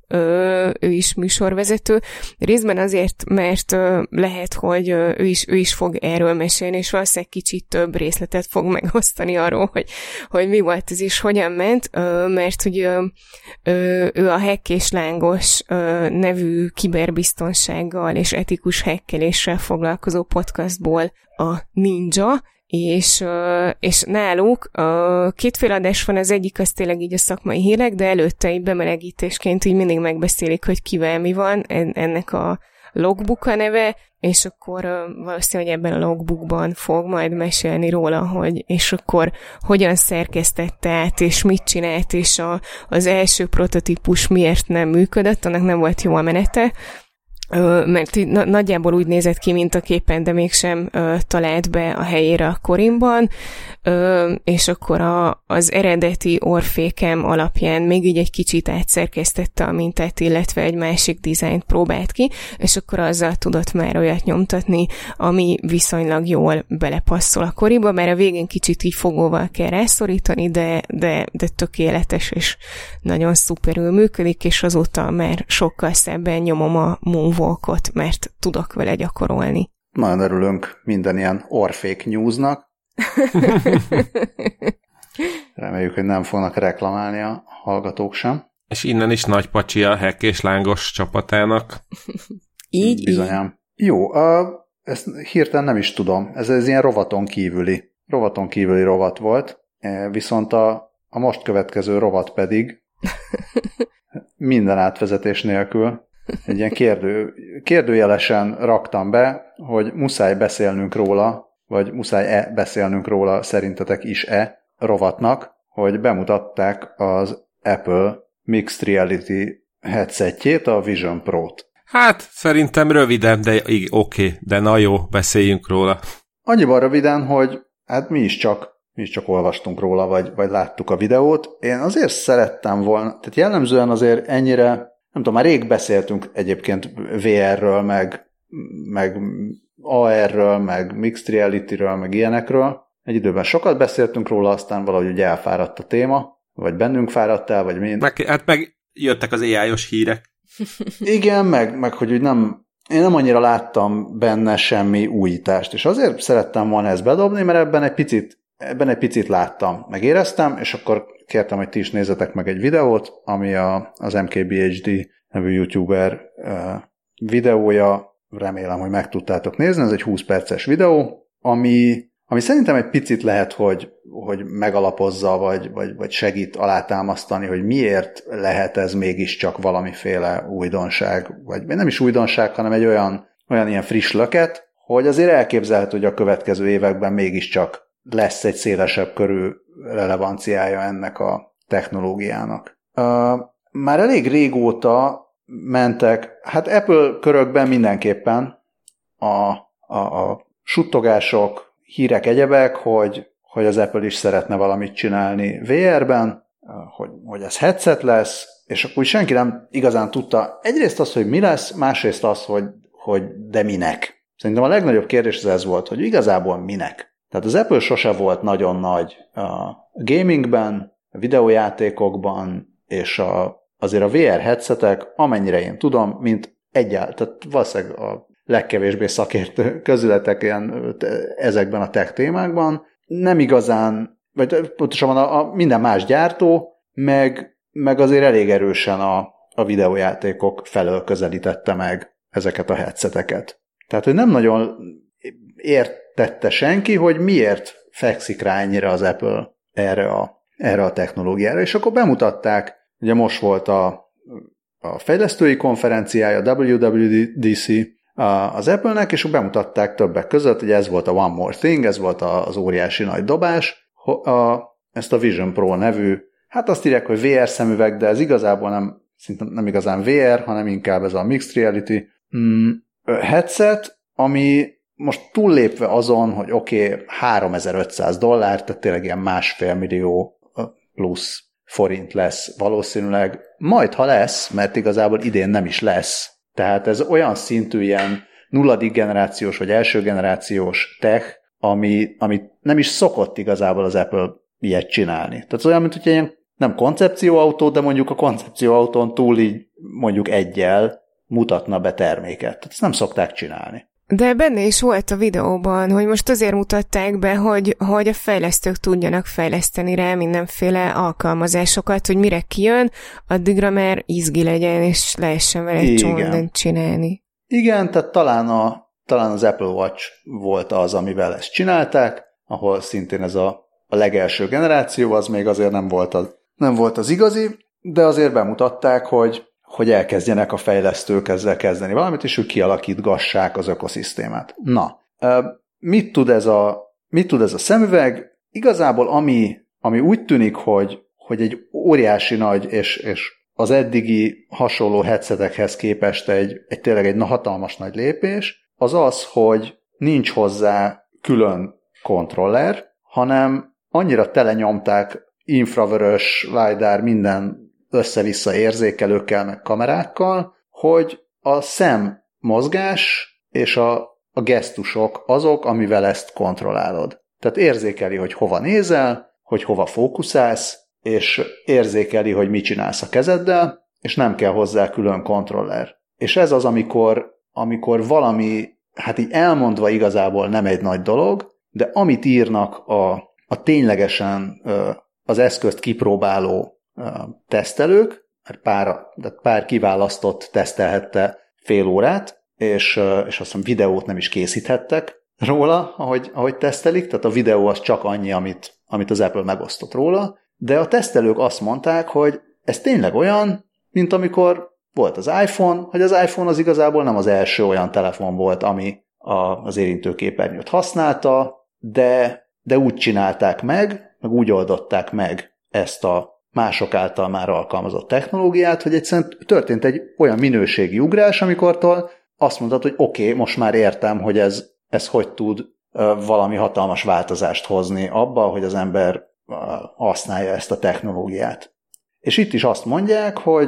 ő is műsorvezető. Részben azért, mert lehet, hogy ő is, ő is fog erről mesélni, és valószínűleg kicsit több részletet fog megosztani arról, hogy, hogy mi volt ez és hogyan ment, mert hogy ő a Hack és Lángos nevű kiberbiztonsággal és etikus hackeléssel foglalkozó podcastból a Ninja, és, és náluk kétféle adás van, az egyik az tényleg így a szakmai hírek, de előtte így bemelegítésként így mindig megbeszélik, hogy kivel mi van, ennek a logbook a neve, és akkor valószínűleg ebben a logbookban fog majd mesélni róla, hogy és akkor hogyan szerkesztette át, és mit csinált, és a, az első prototípus miért nem működött, annak nem volt jó a menete, mert na- nagyjából úgy nézett ki, mint a képen, de mégsem ö, talált be a helyére a korimban, ö, és akkor a, az eredeti orfékem alapján még így egy kicsit átszerkesztette a mintát, illetve egy másik dizájnt próbált ki, és akkor azzal tudott már olyat nyomtatni, ami viszonylag jól belepasszol a koriba, mert a végén kicsit így fogóval kell rászorítani, de, de, de tökéletes, és nagyon szuperül működik, és azóta már sokkal szebben nyomom a moonwalkot, mert tudok vele gyakorolni.
Nagyon örülünk minden ilyen orfék newsnak. Reméljük, hogy nem fognak reklamálni a hallgatók sem.
És innen is nagy pacsi a Hack és Lángos csapatának.
Így,
Bizonyám. Így. Jó, uh, ezt hirtelen nem is tudom. Ez, ez ilyen rovaton kívüli. Rovaton kívüli rovat volt, viszont a, a most következő rovat pedig minden átvezetés nélkül egy ilyen kérdő, kérdőjelesen raktam be, hogy muszáj beszélnünk róla, vagy muszáj-e beszélnünk róla, szerintetek is-e rovatnak, hogy bemutatták az Apple Mixed Reality headsetjét, a Vision Pro-t.
Hát, szerintem röviden, de oké, okay, de na jó, beszéljünk róla.
Annyiban röviden, hogy hát mi is csak, mi is csak olvastunk róla, vagy, vagy láttuk a videót. Én azért szerettem volna, tehát jellemzően azért ennyire nem tudom, már rég beszéltünk egyébként vé er-ről, meg, meg á er-ről, meg Mixed Reality-ről, meg ilyenekről. Egy időben sokat beszéltünk róla, aztán valahogy ugye elfáradt a téma, vagy bennünk fáradt el, vagy mind.
Meg, hát meg jöttek az á i-os hírek.
Igen, meg, meg hogy úgy nem, én nem annyira láttam benne semmi újítást, és azért szerettem volna ezt bedobni, mert ebben egy picit, ebben egy picit láttam, megéreztem, és akkor kértem, hogy ti is nézzetek meg egy videót, ami a, az em ká bé há dé nevű youtuber uh, videója, remélem, hogy meg tudtátok nézni, ez egy húsz perces videó, ami, ami szerintem egy picit lehet, hogy, hogy megalapozza, vagy, vagy, vagy segít alátámasztani, hogy miért lehet ez mégiscsak valamiféle újdonság, vagy nem is újdonság, hanem egy olyan, olyan ilyen friss löket, hogy azért elképzelhető, hogy a következő években mégiscsak lesz egy szélesebb körű relevanciája ennek a technológiának. Uh, már elég régóta mentek, hát Apple körökben mindenképpen a, a, a suttogások, hírek, egyebek, hogy, hogy az Apple is szeretne valamit csinálni vé er-ben, hogy, hogy ez headset lesz, és akkor senki nem igazán tudta egyrészt azt, hogy mi lesz, másrészt azt, hogy, hogy de minek. Szerintem a legnagyobb kérdés az ez volt, hogy igazából minek. Tehát az Apple sose volt nagyon nagy a gamingben, a videójátékokban, és a, azért a vé er headsetek, amennyire én tudom, mint egyáltalán, tehát valószínűleg a legkevésbé szakértő közületek ilyen, ezekben a tech témákban, nem igazán, vagy pontosabban a, a minden más gyártó, meg, meg azért elég erősen a, a videójátékok felől közelítette meg ezeket a headseteket. Tehát, hogy nem nagyon értette senki, hogy miért fekszik rá ennyire az Apple erre a, erre a technológiára. És akkor bemutatták, ugye most volt a, a fejlesztői konferenciája, a dupla vé dupla vé dé cé az Apple-nek, és bemutatták többek között, hogy ez volt a One More Thing, ez volt az óriási nagy dobás, a, ezt a Vision Pro nevű, hát azt írják, hogy vé er szemüveg, de ez igazából nem, szinte nem igazán vé er, hanem inkább ez a Mixed Reality mm, headset, ami most túllépve azon, hogy oké, okay, háromezer-ötszáz dollár, tehát tényleg ilyen másfél millió plusz forint lesz valószínűleg, majd ha lesz, mert igazából idén nem is lesz. Tehát ez olyan szintű ilyen nulladik generációs vagy első generációs tech, ami, ami nem is szokott igazából az Apple ilyet csinálni. Tehát ez olyan, mint hogy ilyen nem koncepcióautó, de mondjuk a koncepcióautón túl így mondjuk egyel mutatna be terméket. Tehát ezt nem szokták csinálni.
De benne is volt a videóban, hogy most azért mutatták be, hogy, hogy a fejlesztők tudjanak fejleszteni rá mindenféle alkalmazásokat, hogy mire kijön, addigra már izgi legyen, és lehessen vele egy csomó mindent csinálni.
Igen, tehát talán, a, talán az Apple Watch volt az, amivel ezt csinálták, ahol szintén ez a, a legelső generáció, az még azért nem volt az, nem volt az igazi, de azért bemutatták, hogy hogy elkezdjenek a fejlesztők ezzel kezdeni valamit, és ők kialakítgassák az ökoszisztémát. Na, mit tud ez a, mit tud ez a szemüveg? Igazából ami, ami úgy tűnik, hogy, hogy egy óriási nagy, és, és az eddigi hasonló headsetekhez képest egy, egy tényleg egy hatalmas nagy lépés, az az, hogy nincs hozzá külön kontroller, hanem annyira telenyomták infravörös, lidar, minden össze-vissza érzékelőkkel, meg kamerákkal, hogy a szem mozgás és a, a gesztusok azok, amivel ezt kontrollálod. Tehát érzékeli, hogy hova nézel, hogy hova fókuszálsz, és érzékeli, hogy mit csinálsz a kezeddel, és nem kell hozzá külön kontroller. És ez az, amikor, amikor valami, hát így elmondva igazából nem egy nagy dolog, de amit írnak a, a ténylegesen az eszközt kipróbáló tesztelők, mert pár, de pár kiválasztott tesztelhette fél órát, és, és azt hiszem videót nem is készíthettek róla, ahogy, ahogy tesztelik, tehát a videó az csak annyi, amit, amit az Apple megosztott róla, de a tesztelők azt mondták, hogy ez tényleg olyan, mint amikor volt az iPhone, hogy az iPhone az igazából nem az első olyan telefon volt, ami a, az érintőképernyőt használta, de, de úgy csinálták meg, meg úgy oldották meg ezt a mások által már alkalmazott technológiát, hogy egyszerűen történt egy olyan minőségi ugrás, amikortól azt mondtad, hogy oké, okay, most már értem, hogy ez, ez hogy tud valami hatalmas változást hozni abba, hogy az ember használja ezt a technológiát. És itt is azt mondják, hogy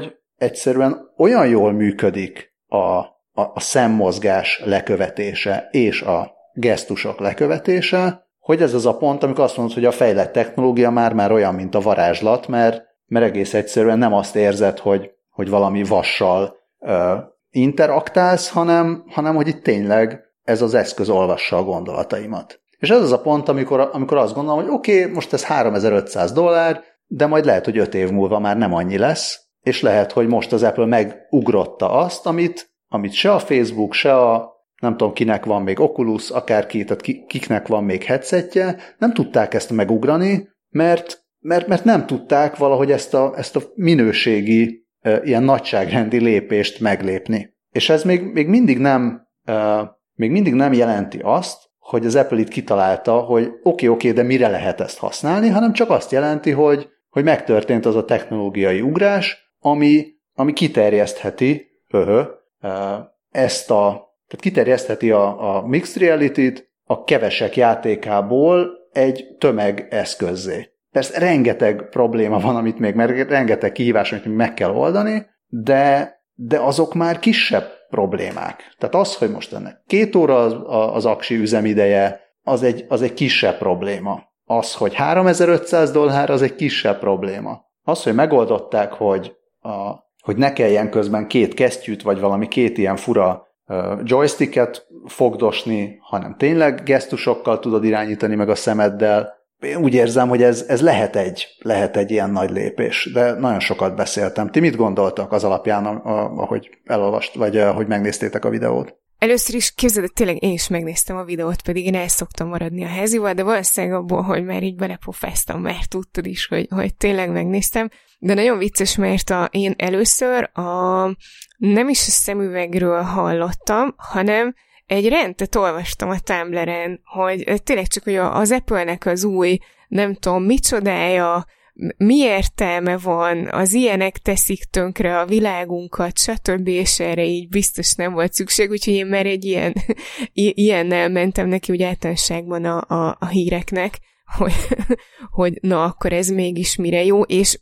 egyszerűen olyan jól működik a, a, a szemmozgás lekövetése és a gesztusok lekövetése, hogy ez az a pont, amikor azt mondod, hogy a fejlett technológia már-már olyan, mint a varázslat, mert, mert egész egyszerűen nem azt érzed, hogy, hogy valami vassal ö, interaktálsz, hanem, hanem hogy itt tényleg ez az eszköz olvassa a gondolataimat. És ez az a pont, amikor, amikor azt gondolom, hogy oké, okay, most ez háromezer-ötszáz dollár, de majd lehet, hogy öt év múlva már nem annyi lesz, és lehet, hogy most az Apple megugrotta azt, amit, amit se a Facebook, se a nem tudom, kinek van még Oculus, akárki, tehát kiknek van még headsetje, nem tudták ezt megugrani, mert, mert, mert nem tudták valahogy ezt a, ezt a minőségi, e, ilyen nagyságrendi lépést meglépni. És ez még, még, mindig nem, e, még mindig nem jelenti azt, hogy az Apple itt kitalálta, hogy oké, okay, oké, okay, de mire lehet ezt használni, hanem csak azt jelenti, hogy, hogy megtörtént az a technológiai ugrás, ami, ami kiterjesztheti höhö, e, ezt a Tehát kiterjesztheti a, a mixed reality-t a kevesek játékából egy tömegeszközzé. Persze rengeteg probléma van, amit még, mert rengeteg kihívás, amit még meg kell oldani, de, de azok már kisebb problémák. Tehát az, hogy most ennek két óra az, az aksi üzemideje, az egy, az egy kisebb probléma. Az, hogy háromezer-ötszáz dollár, az egy kisebb probléma. Az, hogy megoldották, hogy, a, hogy ne kelljen közben két kesztyűt, vagy valami két ilyen fura joysticket fogdosni, hanem tényleg gesztusokkal tudod irányítani meg a szemeddel. Én úgy érzem, hogy ez, ez lehet, egy, lehet egy ilyen nagy lépés, de nagyon sokat beszéltem. Ti mit gondoltak az alapján, ahogy elolvast, vagy ahogy megnéztétek a videót?
Először is képzeld, hogy tényleg én is megnéztem a videót, pedig én el szoktam maradni a házival, de valószínűleg abból, hogy már így belepofáztam, mert tudtad is, hogy, hogy tényleg megnéztem. De nagyon vicces, mert a, én először a, nem is a szemüvegről hallottam, hanem egy rendet olvastam a Tumblr-en, hogy tényleg csak hogy az Apple-nek az új, nem tudom, micsodája, mi értelme van, az ilyenek teszik tönkre a világunkat, stb. És erre így biztos nem volt szükség, úgyhogy én már egy ilyen, ilyennel mentem neki úgy általánosságban a, a, a híreknek, hogy, hogy na, akkor ez mégis mire jó, és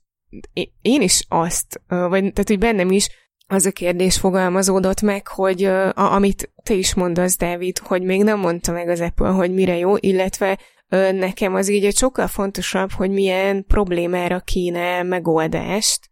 én is azt, vagy tehát, hogy bennem is az a kérdés fogalmazódott meg, hogy a, amit te is mondasz, Dávid, hogy még nem mondta meg az Apple, hogy mire jó, illetve nekem az így egy sokkal fontosabb, hogy milyen problémára kínál megoldást,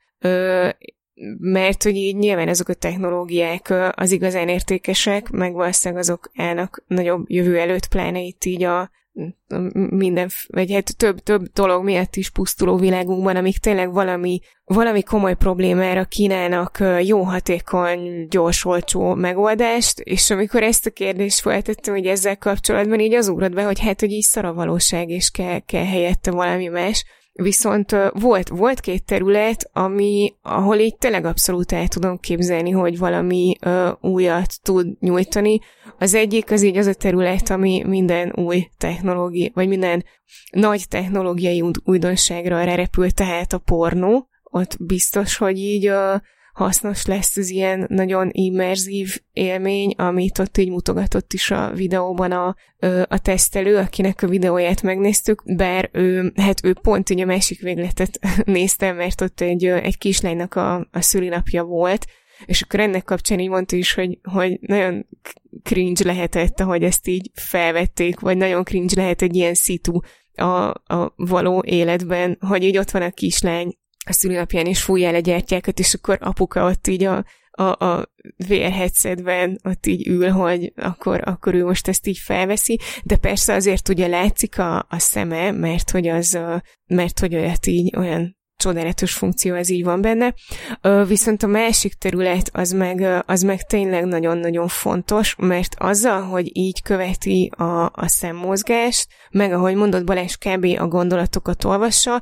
mert hogy így nyilván azok a technológiák az igazán értékesek, meg valószínűleg azok állnak nagyobb jövő előtt, pláne itt így a minden, vagy hát több, több dolog miatt is pusztuló világunkban, amik tényleg valami, valami komoly problémára kínálnak jó, hatékony, gyors, olcsó megoldást, és amikor ezt a kérdést feltettem, hogy ezzel kapcsolatban így az ugrott be, hogy hát, hogy így szar a valóság, és kell, kell helyette valami más. Viszont volt, volt két terület, ami, ahol így tényleg abszolút el tudom képzelni, hogy valami uh, újat tud nyújtani. Az egyik az így az a terület, ami minden új technológia, vagy minden nagy technológiai újdonságra repül, tehát a pornó. Ott biztos, hogy így uh, hasznos lesz az ilyen nagyon immerzív élmény, amit ott így mutogatott is a videóban a, a tesztelő, akinek a videóját megnéztük, bár ő, hát ő pont így a másik végletet nézte, mert ott egy, egy kislánynak a, a szülinapja volt, és akkor ennek kapcsán így mondta is, hogy, hogy nagyon cringe lehetett, ahogy ezt így felvették, vagy nagyon cringe lehet egy ilyen szitu a, a való életben, hogy így ott van a kislány a szülinapján, és fújjál a gyertyákat, és akkor apuka ott így a, a, a vé er headsetben ott így ül, hogy akkor, akkor ő most ezt így felveszi, de persze azért ugye látszik a, a szeme, mert hogy az, mert hogy olyat így, olyan csodálatos funkció az így van benne. Viszont a másik terület az meg, az meg tényleg nagyon-nagyon fontos, mert azzal, hogy így követi a, a szemmozgást, meg ahogy mondott Balázs, kb. A gondolatokat olvassa,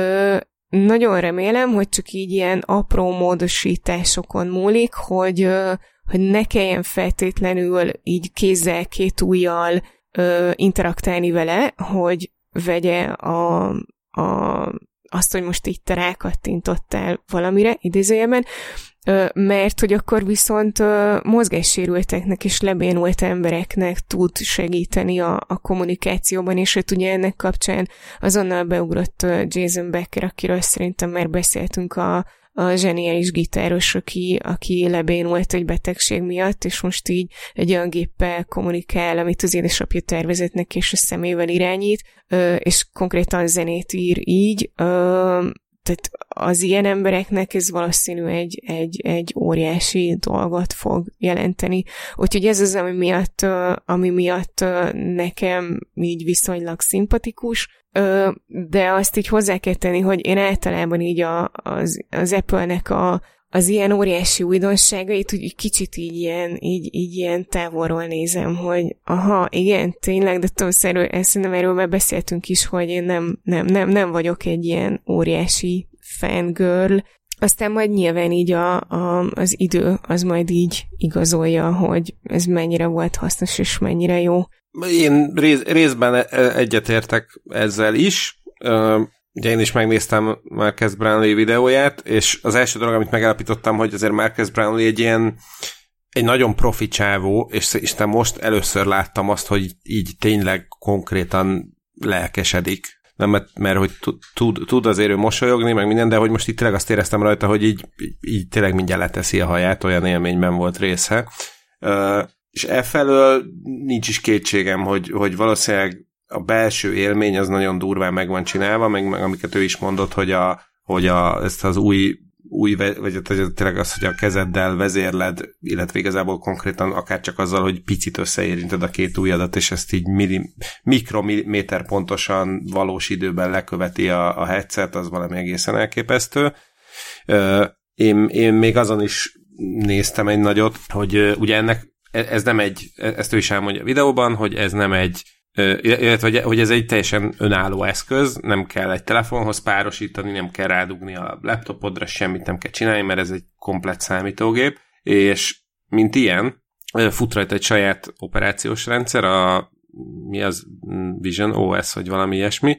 nagyon remélem, hogy csak így ilyen apró módosításokon múlik, hogy, hogy ne kelljen feltétlenül így kézzel, két ujjal interaktálni vele, hogy vegye a, a, azt, hogy most így te rákattintottál valamire, idézőjelben, mert hogy akkor viszont mozgássérülteknek és lebénult embereknek tud segíteni a, a kommunikációban, és hogy ugye ennek kapcsán azonnal beugrott Jason Becker, akiről szerintem már beszéltünk a, a zseniális gitáros, aki, aki lebénult egy betegség miatt, és most így egy olyan géppel kommunikál, amit az édesapja tervezett neki, és a szemével irányít, és konkrétan zenét ír így. Tehát az ilyen embereknek ez valószínű egy, egy, egy óriási dolgot fog jelenteni. Úgyhogy ez az, ami miatt, ami miatt nekem így viszonylag szimpatikus, de azt így hozzá kell tenni, hogy én általában így a, az, az Apple-nek a, az ilyen óriási újdonságait úgy kicsit így ilyen, így, így ilyen távolról nézem, hogy aha, igen, tényleg, de tudom, szerintem erről már beszéltünk is, hogy én nem, nem, nem, nem vagyok egy ilyen óriási fangirl. Aztán majd nyilván így a, a, az idő az majd így igazolja, hogy ez mennyire volt hasznos és mennyire jó.
Én rész, részben egyetértek ezzel is. Ugye én is megnéztem Marques Brownlee videóját, és az első dolog, amit megállapítottam, hogy azért Marques Brownlee egy ilyen egy nagyon profi csávó, és Isten most először láttam azt, hogy így tényleg konkrétan lelkesedik. Nem, mert, mert hogy tud, tud azért ő mosolyogni, meg minden, de hogy most itt tényleg azt éreztem rajta, hogy így, így tényleg mindjárt leteszi a haját, olyan élményben volt része. És efelől nincs is kétségem, hogy, hogy valószínűleg a belső élmény az nagyon durván meg van csinálva, meg, meg amiket ő is mondott, hogy, a, hogy a, ezt az új, új vagy tényleg az, hogy a kezeddel vezérled, illetve igazából konkrétan akár csak azzal, hogy picit összeérinted a két ujjadat, és ezt így milli, mikrométer pontosan valós időben leköveti a, a headset, az valami egészen elképesztő. Én, én még azon is néztem egy nagyot, hogy ugye ennek ez nem egy, ezt ő is elmondja a videóban, hogy ez nem egy, illetve hogy ez egy teljesen önálló eszköz, nem kell egy telefonhoz párosítani, nem kell rádugni a laptopodra, semmit nem kell csinálni, mert ez egy komplett számítógép, és mint ilyen, fut rajta egy saját operációs rendszer, a mi az Vision o es, vagy valami ilyesmi,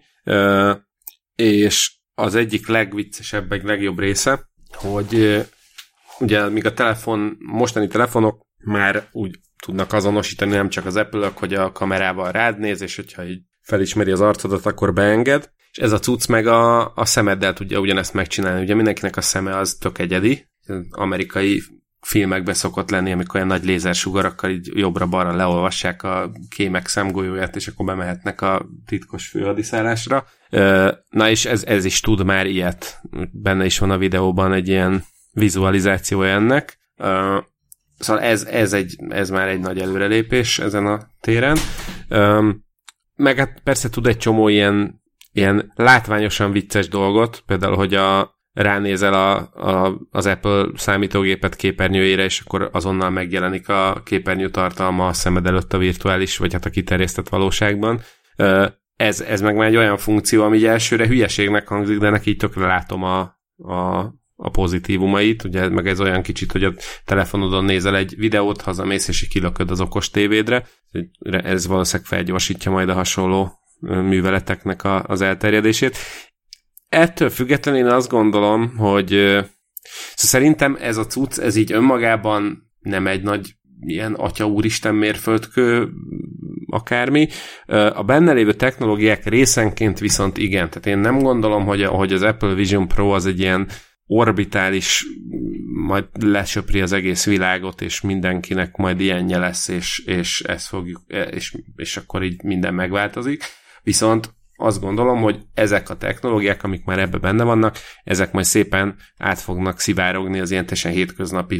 és az egyik legviccesebb, meg legjobb része, hogy ugye míg a telefon, mostani telefonok már úgy tudnak azonosítani, nem csak az Apple-ök, hogy a kamerával rád néz, és hogyha így felismeri az arcodat, akkor beenged, és ez a cucc meg a, a szemeddel tudja ugyanezt megcsinálni. Ugye mindenkinek a szeme az tök egyedi, amerikai filmekben szokott lenni, amikor olyan nagy lézersugarakkal így jobbra-balra leolvassák a kémek szemgolyóját, és akkor bemehetnek a titkos főhadiszállásra. Na és ez, ez is tud már ilyet. Benne is van a videóban egy ilyen vizualizációja ennek. Szóval ez, ez, egy, ez már egy nagy előrelépés ezen a téren. Üm, meg hát persze tud egy csomó ilyen, ilyen látványosan vicces dolgot, például, hogy a, ránézel a, a, az Apple számítógépet képernyőjére, és akkor azonnal megjelenik a képernyő tartalma a szemed előtt a virtuális, vagy hát a kiterjesztett valóságban. Ez, ez meg már egy olyan funkció, ami elsőre hülyeségnek hangzik, de neki így tökre látom a, a a pozitívumait, ugye meg ez olyan kicsit, hogy a telefonodon nézel egy videót, hazamész és kilököd az okos tévédre. Ez valószínűleg felgyorsítja majd a hasonló műveleteknek a, az elterjedését. Ettől függetlenül én azt gondolom, hogy szóval szerintem ez a cucc, ez így önmagában nem egy nagy ilyen atya úristen mérföldkő akármi. A benne lévő technológiák részenként viszont igen. Tehát én nem gondolom, hogy, hogy az Apple Vision Pro az egy ilyen orbitális, majd lesöpri az egész világot, és mindenkinek majd ilyenje lesz, és, és ezt fogjuk, és, és akkor így minden megváltozik. Viszont azt gondolom, hogy ezek a technológiák, amik már ebbe benne vannak, ezek majd szépen át fognak szivárogni az ilyen teljesen hétköznapi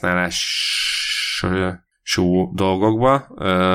felhasználású dolgokba.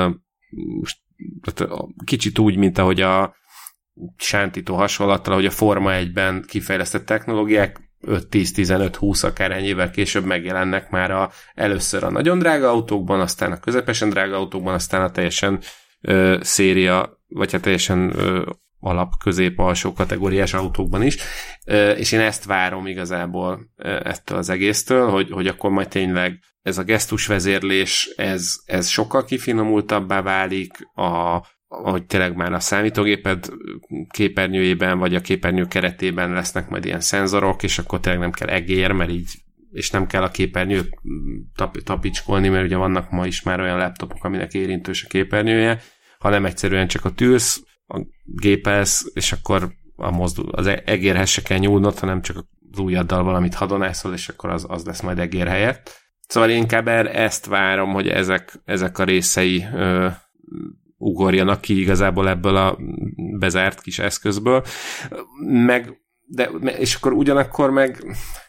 Kicsit úgy, mint ahogy a sántító hasonlattal, hogy a Forma egyben kifejlesztett technológiák öt tíz tizenöt húsz akár ennyi évvel később megjelennek már a, először a nagyon drága autókban, aztán a közepesen drága autókban, aztán a teljesen ö, széria, vagy hát teljesen ö, alap, közép, alsó kategóriás autókban is, ö, és én ezt várom igazából ö, ettől az egésztől, hogy, hogy akkor majd tényleg ez a gesztusvezérlés, ez, ez sokkal kifinomultabbá válik, a hogy tényleg már a számítógéped képernyőjében, vagy a képernyő keretében lesznek majd ilyen szenzorok, és akkor tényleg nem kell egér, mert így, és nem kell a képernyőt tap, tapicskolni, mert ugye vannak ma is már olyan laptopok, aminek érintős a képernyője, hanem egyszerűen csak a tűz, a gépelsz, és akkor a mozdul, az egérhez se kell nyúlnod, hanem csak az ujjaddal valamit hadonászol, és akkor az, az lesz majd egér helyett. Szóval inkább ezt várom, hogy ezek, ezek a részei ö, ugorjanak ki igazából ebből a bezárt kis eszközből. Meg, de, és akkor ugyanakkor meg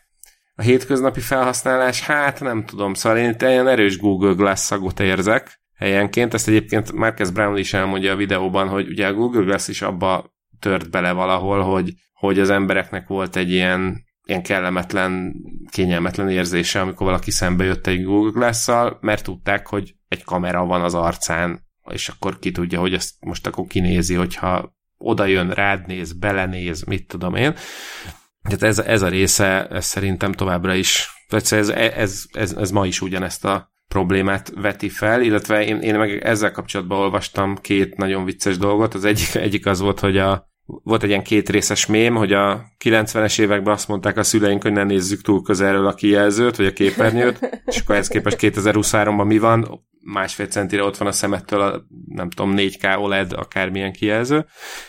a hétköznapi felhasználás, hát nem tudom, szóval én itt ilyen erős Google Glass szagot érzek helyenként. Ezt egyébként Marques Brown is elmondja a videóban, hogy ugye a Google Glass is abba tört bele valahol, hogy, hogy az embereknek volt egy ilyen, ilyen kellemetlen, kényelmetlen érzése, amikor valaki szembe jött egy Google Glass-szal, mert tudták, hogy egy kamera van az arcán, és akkor ki tudja, hogy ezt most akkor kinézi, hogyha oda jön, rád néz, belenéz, mit tudom én. Tehát ez, ez a része, ez szerintem továbbra is, ez, ez, ez, ez ma is ugyanezt a problémát veti fel, illetve én, én meg ezzel kapcsolatban olvastam két nagyon vicces dolgot. Az egyik, egyik az volt, hogy a, volt egy ilyen kétrészes mém, hogy a kilencvenes években azt mondták a szüleink, hogy ne nézzük túl közelről a kijelzőt, vagy a képernyőt, és akkor ehhez képest kétezer-huszonháromban mi van? Másfél centire ott van a szemettől a, nem tudom, négy ká o el e dé, akármilyen kijelző.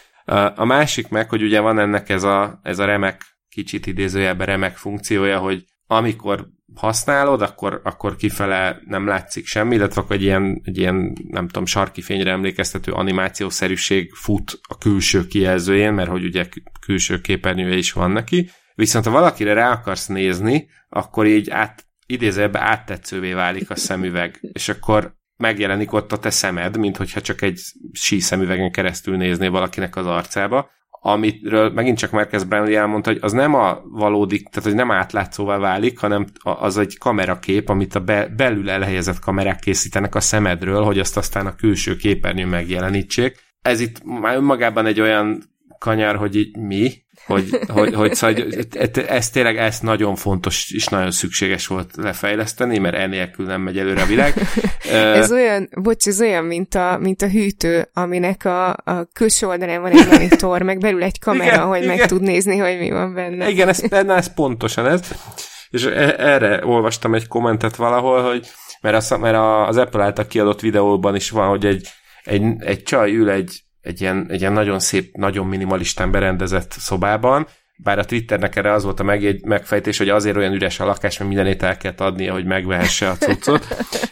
A másik meg, hogy ugye van ennek ez a, ez a remek, kicsit idézőjelben remek funkciója, hogy amikor használod, akkor, akkor kifele nem látszik semmi, illetve akkor egy ilyen, egy ilyen, nem tudom, sarki fényre emlékeztető animációszerűség fut a külső kijelzőjén, mert hogy ugye külső képernyője is van neki. Viszont ha valakire rá akarsz nézni, akkor így át, idézőjelben áttetszővé válik a szemüveg, és akkor megjelenik ott a te szemed, mint hogyha csak egy síszemüvegen keresztül néznél valakinek az arcába, amiről megint csak Marques Brownlee elmondta, hogy az nem a valódi, tehát hogy nem átlátszóvá válik, hanem az egy kamerakép, amit a be, belül elhelyezett kamerák készítenek a szemedről, hogy azt aztán a külső képernyőn megjelenítsék. Ez itt már önmagában egy olyan kanyar, hogy így mi, hogy, hogy, hogy szóval, ez tényleg ez nagyon fontos és nagyon szükséges volt lefejleszteni, mert enélkül nem megy előre a világ.
Ez olyan, bocs, ez olyan, mint a, mint a hűtő, aminek a, a külső oldalán van egy monitor, meg belül egy kamera, igen, hogy igen. Meg tud nézni, hogy mi van benne.
Igen, ez, ez pontosan ez. És erre olvastam egy kommentet valahol, hogy mert az, mert az Apple által kiadott videóban is van, hogy egy, egy, egy csaj ül egy Egy ilyen, egy ilyen nagyon szép, nagyon minimalistán berendezett szobában, bár a Twitternek erre az volt a megjegy, megfejtés, hogy azért olyan üres a lakás, mert mindenét el kell adnia, hogy megvehesse a cuccot.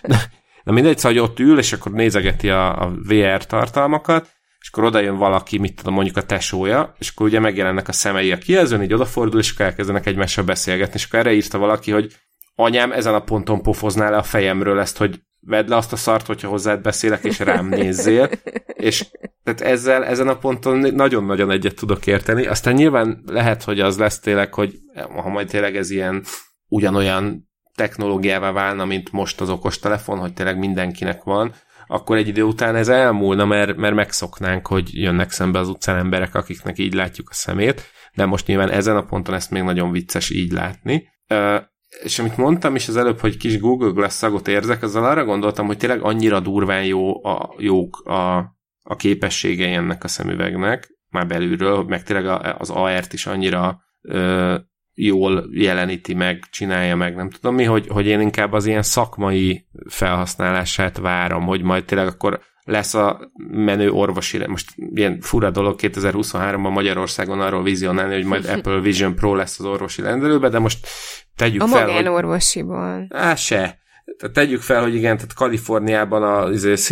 Na mindegy, szóval, hogy ott ül, és akkor nézegeti a, a vé er tartalmakat, és akkor oda jön valaki, mit tudom, mondjuk a tesója, és akkor ugye megjelennek a szemei a kijelzőn, így odafordul, és akkor elkezdenek egymással beszélgetni, és akkor erre írta valaki, hogy anyám, ezen a ponton pofoznál le a fejemről ezt, hogy vedd le azt a szart, hogyha hozzád beszélek, és rám nézzél, és tehát ezzel, ezen a ponton nagyon-nagyon egyet tudok érteni. Aztán nyilván lehet, hogy az lesz tényleg, hogy ha majd tényleg ez ilyen ugyanolyan technológiává válna, mint most az okostelefon, hogy tényleg mindenkinek van, akkor egy idő után ez elmúlna, mert, mert megszoknánk, hogy jönnek szembe az utcán emberek, akiknek így látjuk a szemét, de most nyilván ezen a ponton ezt még nagyon vicces így látni. És amit mondtam is az előbb, hogy kis Google Glass szagot érzek, azzal arra gondoltam, hogy tényleg annyira durván jó a, jók a, a képességei ennek a szemüvegnek, már belülről, meg tényleg az á er-t is annyira ö, jól jeleníti meg, csinálja meg, nem tudom mi, hogy, hogy én inkább az ilyen szakmai felhasználását várom, hogy majd tényleg akkor lesz a menő orvosi, most ilyen fura dolog kétezer-huszonháromban Magyarországon arról vizionálni, hogy majd Apple Vision Pro lesz az orvosi rendelőbe, de most tegyük
a
fel,
hogy... A magánorvosiból.
Á, se. Tehát tegyük fel, hogy igen, tehát Kaliforniában az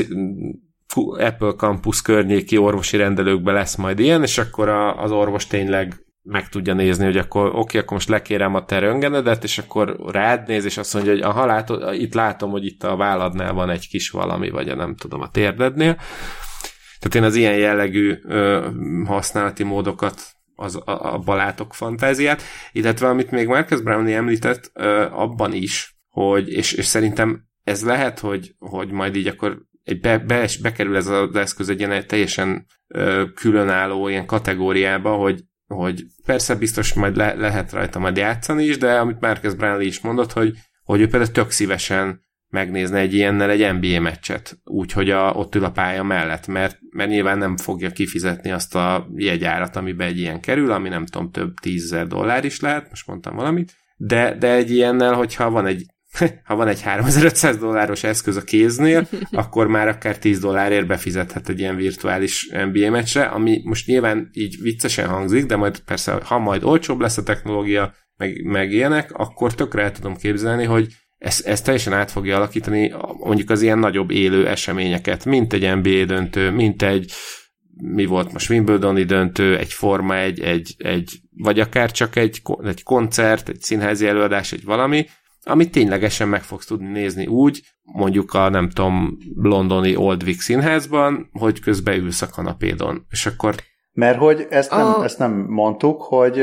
Apple Campus környéki orvosi rendelőkben lesz majd ilyen, és akkor a, az orvos tényleg meg tudja nézni, hogy akkor oké, okay, akkor most lekérem a te röntgenedet, és akkor rád néz, és azt mondja, hogy aha, látod, itt látom, hogy itt a válladnál van egy kis valami, vagy a nem tudom, a térdednél. Tehát én az ilyen jellegű ö, használati módokat az, a, abban látok fantáziát, illetve amit még Marques Brownlee említett, ö, abban is, hogy, és, és szerintem ez lehet, hogy, hogy majd így akkor egy be, be, bekerül ez az eszköz egy ilyen teljesen ö, különálló ilyen kategóriába, hogy hogy persze biztos majd le, lehet rajta majd játszani is, de amit Marques Brownlee is mondott, hogy, hogy ő például tök szívesen megnézne egy ilyennel egy en bé á meccset, úgyhogy a, ott ül a pálya mellett, mert, mert nyilván nem fogja kifizetni azt a jegyárat, amiben egy ilyen kerül, ami nem tudom, több tízezer dollár is lehet, most mondtam valamit, de, de egy ilyennel, hogyha van egy ha van egy háromezer-ötszáz dolláros eszköz a kéznél, akkor már akár tíz dollárért befizethet egy ilyen virtuális en bé á meccsre, ami most nyilván így viccesen hangzik, de majd persze, ha majd olcsóbb lesz a technológia, meg, meg ilyenek, akkor tökre el tudom képzelni, hogy ez, ez teljesen át fogja alakítani mondjuk az ilyen nagyobb élő eseményeket, mint egy en bé á döntő, mint egy mi volt most Wimbledoni döntő, egy forma, egy, egy, egy vagy akár csak egy, egy koncert, egy színházi előadás, egy valami, amit ténylegesen meg fogsz tudni nézni úgy, mondjuk a, nem tudom, londoni Old Vic színházban, hogy közben ülsz a kanapédon. És akkor...
Mert hogy ezt nem,
a...
ezt nem mondtuk, hogy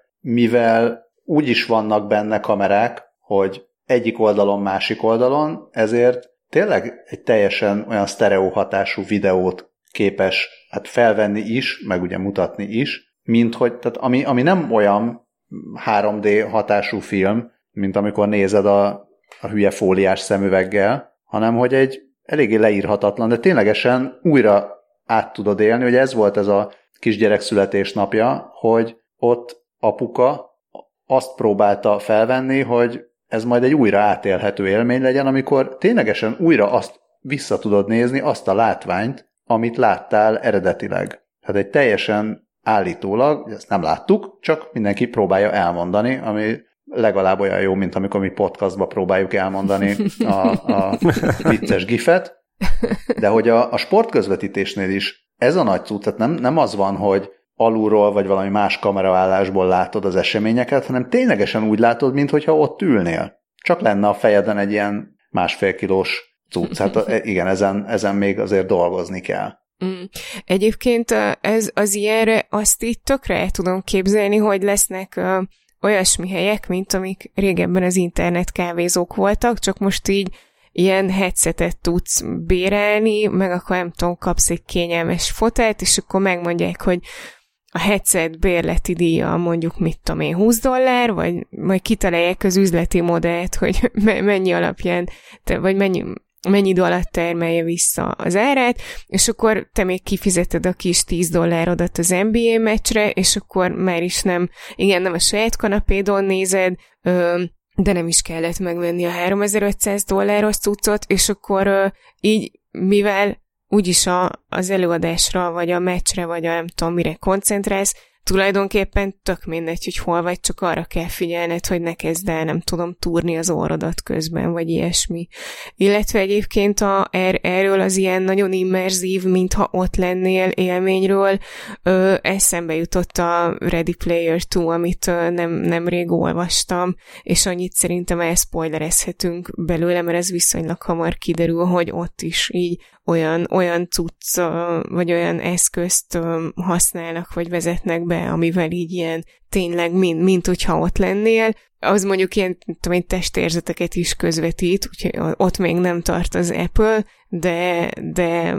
mivel úgy is vannak benne kamerák, hogy egyik oldalon, másik oldalon, ezért tényleg egy teljesen olyan sztereó hatású videót képes hát felvenni is, meg ugye mutatni is, mint hogy, tehát ami, ami nem olyan három dé hatású film, mint amikor nézed a, a hülye fóliás szemüveggel, hanem hogy egy eléggé leírhatatlan, de ténylegesen újra át tudod élni, hogy ez volt ez a kisgyerek születésnapja, hogy ott apuka azt próbálta felvenni, hogy ez majd egy újra átélhető élmény legyen, amikor ténylegesen újra azt vissza tudod nézni, azt a látványt, amit láttál eredetileg. Tehát egy teljesen állítólag, ezt nem láttuk, csak mindenki próbálja elmondani, ami legalább olyan jó, mint amikor mi podcastba próbáljuk elmondani a, a vicces gifet, de hogy a, a sportközvetítésnél is ez a nagy cucc, tehát nem, nem az van, hogy alulról vagy valami más kameraállásból látod az eseményeket, hanem ténylegesen úgy látod, mintha ott ülnél. Csak lenne a fejeden egy ilyen másfél kilós cucc. Hát igen, ezen, ezen még azért dolgozni kell.
Mm. Egyébként ez, az ilyenre azt így tökre el tudom képzelni, hogy lesznek uh, olyasmi helyek, mint amik régebben az internet kávézók voltak, csak most így ilyen headsetet tudsz bérelni, meg akkor nem tudom, kapsz egy kényelmes fotelt, és akkor megmondják, hogy a headset bérleti díja mondjuk mit tudom én, húsz dollár, vagy majd kitalálják az üzleti modellt, hogy mennyi alapján, te, vagy mennyi, mennyi idő alatt termelje vissza az árát, és akkor te még kifizeted a kis tíz dollárodat az en bé á meccsre, és akkor már is nem, igen, nem a saját kanapédon nézed, ö, de nem is kellett megvenni a háromezer-ötszáz dolláros cuccot, és akkor ö, így, mivel úgyis a, az előadásra, vagy a meccsre, vagy a nem tudom mire koncentrálsz, tulajdonképpen tök mindegy, hogy hol vagy, csak arra kell figyelned, hogy ne kezd el, nem tudom, túrni az orrodat közben, vagy ilyesmi. Illetve egyébként a, er, erről az ilyen nagyon immerzív, mintha ott lennél élményről, ö, eszembe jutott a Ready Player kettő, amit ö, nem, nemrég olvastam, és annyit szerintem elspoilerezhetünk belőle, mert ez viszonylag hamar kiderül, hogy ott is így olyan, olyan cucc, vagy olyan eszközt használnak, vagy vezetnek be, amivel így ilyen tényleg, mint, mint hogyha ott lennél. Az mondjuk ilyen tudom, testérzeteket is közvetít, úgyhogy ott még nem tart az Apple, de, de,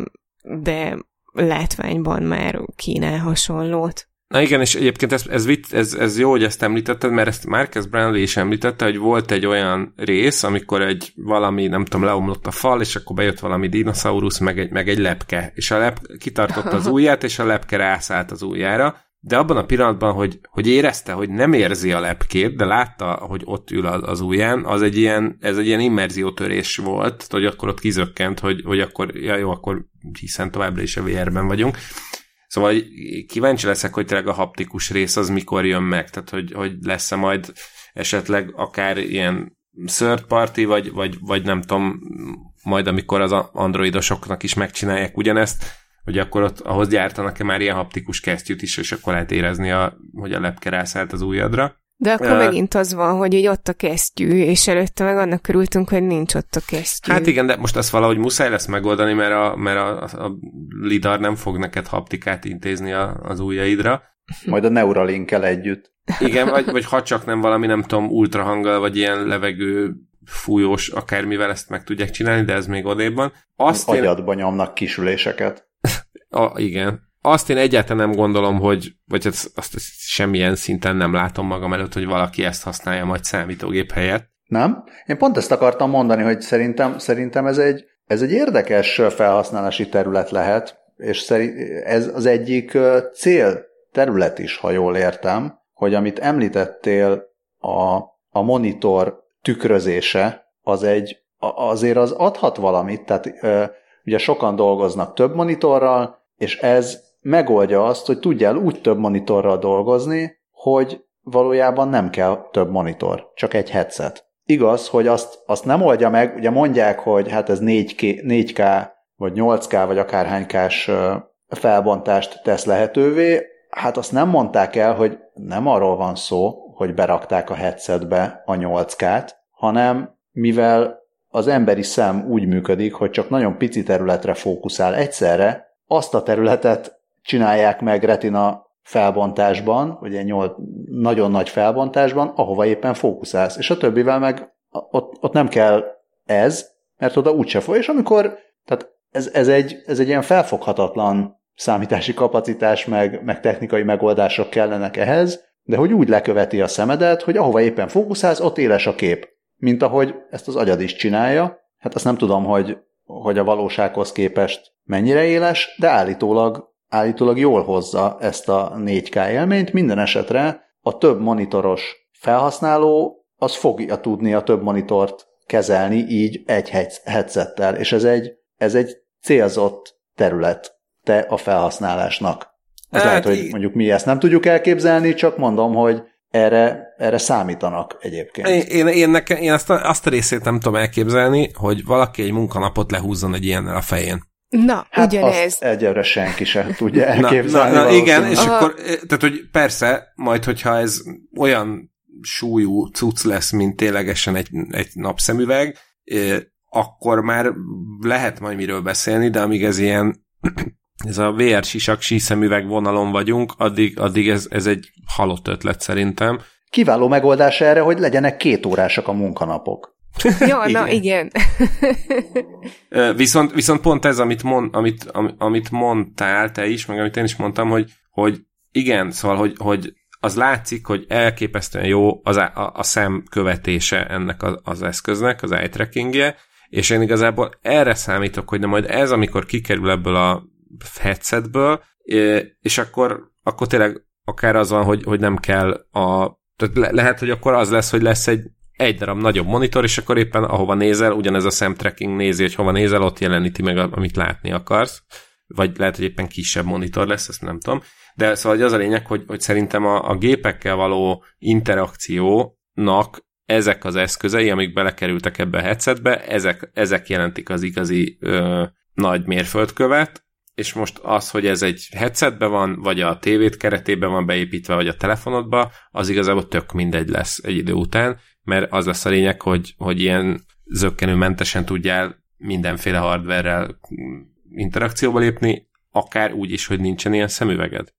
de látványban már kínál hasonlót.
Na igen, és egyébként ez, ez, ez, ez jó, hogy ezt említetted, mert ezt Marcus Brownlee is említette, hogy volt egy olyan rész, amikor egy valami, nem tudom, leomlott a fal, és akkor bejött valami dinoszaurusz, meg egy, meg egy lepke, és a lepke kitartotta az ujját, és a lepke rászállt az ujjára, de abban a pillanatban, hogy, hogy érezte, hogy nem érzi a lepkét, de látta, hogy ott ül az, az ujján, az egy ilyen, ez egy ilyen immerziótörés volt, hogy akkor ott kizökkent, hogy, hogy akkor, ja jó, akkor hiszen továbbra is a vé er-ben vagyunk. Szóval kíváncsi leszek, hogy tényleg a haptikus rész az mikor jön meg, tehát hogy, hogy lesz-e majd esetleg akár ilyen third party, vagy, vagy, vagy nem tudom, majd amikor az androidosoknak is megcsinálják ugyanezt, hogy akkor ott ahhoz gyártanak-e már ilyen haptikus kesztyűt is, és akkor lehet érezni, a, hogy a lepke rászállt az ujjadra.
De akkor uh, megint az van, hogy így ott a kesztyű, és előtte meg annak örültünk, hogy nincs ott a kesztyű.
Hát igen, de most ezt valahogy muszáj lesz megoldani, mert a, mert a, a lidar nem fog neked haptikát intézni a, az ujjaidra.
Majd a Neuralink-kel együtt.
Igen, vagy, vagy ha csak nem valami, nem tudom, ultrahanggal, vagy ilyen levegő fújós akármivel ezt meg tudják csinálni, de ez még odébb van.
Azt agyadba én... nyomnak kisüléseket.
A, igen. Azt én egyáltalán nem gondolom, hogy, vagy azt, azt semmilyen szinten nem látom magam előtt, hogy valaki ezt használja majd számítógép helyett.
Nem? Én pont ezt akartam mondani, hogy szerintem, szerintem ez, egy, ez egy érdekes felhasználási terület lehet, és ez az egyik cél terület is, ha jól értem, hogy amit említettél, a, a monitor tükrözése, az egy, azért az adhat valamit, tehát ugye sokan dolgoznak több monitorral, és ez megoldja azt, hogy tudjál úgy több monitorral dolgozni, hogy valójában nem kell több monitor, csak egy headset. Igaz, hogy azt, azt nem oldja meg, ugye mondják, hogy hát ez négy ká, vagy nyolc ká, vagy akárhánykás felbontást tesz lehetővé, hát azt nem mondták el, hogy nem arról van szó, hogy berakták a headsetbe a nyolc kát, hanem mivel az emberi szem úgy működik, hogy csak nagyon pici területre fókuszál egyszerre, azt a területet csinálják meg retina felbontásban, vagy egy nyolc, nagyon nagy felbontásban, ahova éppen fókuszálsz, és a többivel meg ott, ott nem kell ez, mert oda úgyse fog, és amikor, tehát ez, ez, egy, ez egy ilyen felfoghatatlan számítási kapacitás, meg, meg technikai megoldások kellenek ehhez, de hogy úgy leköveti a szemedet, hogy ahova éppen fókuszálsz, ott éles a kép. Mint ahogy ezt az agyad is csinálja. Hát azt nem tudom, hogy, hogy a valósághoz képest mennyire éles, de állítólag, állítólag jól hozza ezt a négy ká élményt. Minden esetre a több monitoros felhasználó az fogja tudni a több monitort kezelni így egy headsettel, és ez egy, ez egy célzott terület te a felhasználásnak. Az hát lehet, hogy mondjuk mi ezt nem tudjuk elképzelni, csak mondom, hogy erre, erre számítanak egyébként.
Én, én, én, nekem, én azt, a, azt a részét nem tudom elképzelni, hogy valaki egy munkanapot lehúzzon egy ilyennel a fején.
Na,
hát
ugyanez.
Azt egyelőre senki sem tudja elképzelni.
Na, na, na igen, és Aha. akkor, tehát, hogy persze, majd, hogyha ez olyan súlyú cucc lesz, mint ténylegesen egy, egy napszemüveg, akkor már lehet majd miről beszélni, de amíg ez ilyen ez a vé er sisak síszemüveg vonalon vagyunk, addig, addig ez, ez egy halott ötlet szerintem.
Kiváló megoldás erre, hogy legyenek két órásak a munkanapok.
Ja, igen. Na igen.
viszont, viszont pont ez, amit, mond, amit, amit mondtál te is, meg amit én is mondtam, hogy, hogy igen, szóval, hogy, hogy az látszik, hogy elképesztően jó az a, a, a szem követése ennek az, az eszköznek, az eye trackingje, és én igazából erre számítok, hogy de majd ez, amikor kikerül ebből a headsetből, és akkor, akkor tényleg akár az van, hogy, hogy nem kell a... Tehát le, lehet, hogy akkor az lesz, hogy lesz egy egy darab nagyobb monitor, és akkor éppen ahova nézel, ugyanez a szemtracking nézi, hogy hova nézel, ott jeleníti meg, amit látni akarsz. Vagy lehet, hogy éppen kisebb monitor lesz, ezt nem tudom. De szóval az a lényeg, hogy, hogy szerintem a, a gépekkel való interakciónak ezek az eszközei, amik belekerültek ebbe a headsetbe, ezek, ezek jelentik az igazi ö, nagy mérföldkövet, és most az, hogy ez egy headsetben van, vagy a tévét keretében van beépítve, vagy a telefonodba, az igazából tök mindegy lesz egy idő után, mert az lesz a lényeg, hogy, hogy ilyen zökkenőmentesen tudjál mindenféle hardverrel interakcióba lépni, akár úgy is, hogy nincsen ilyen szemüveged.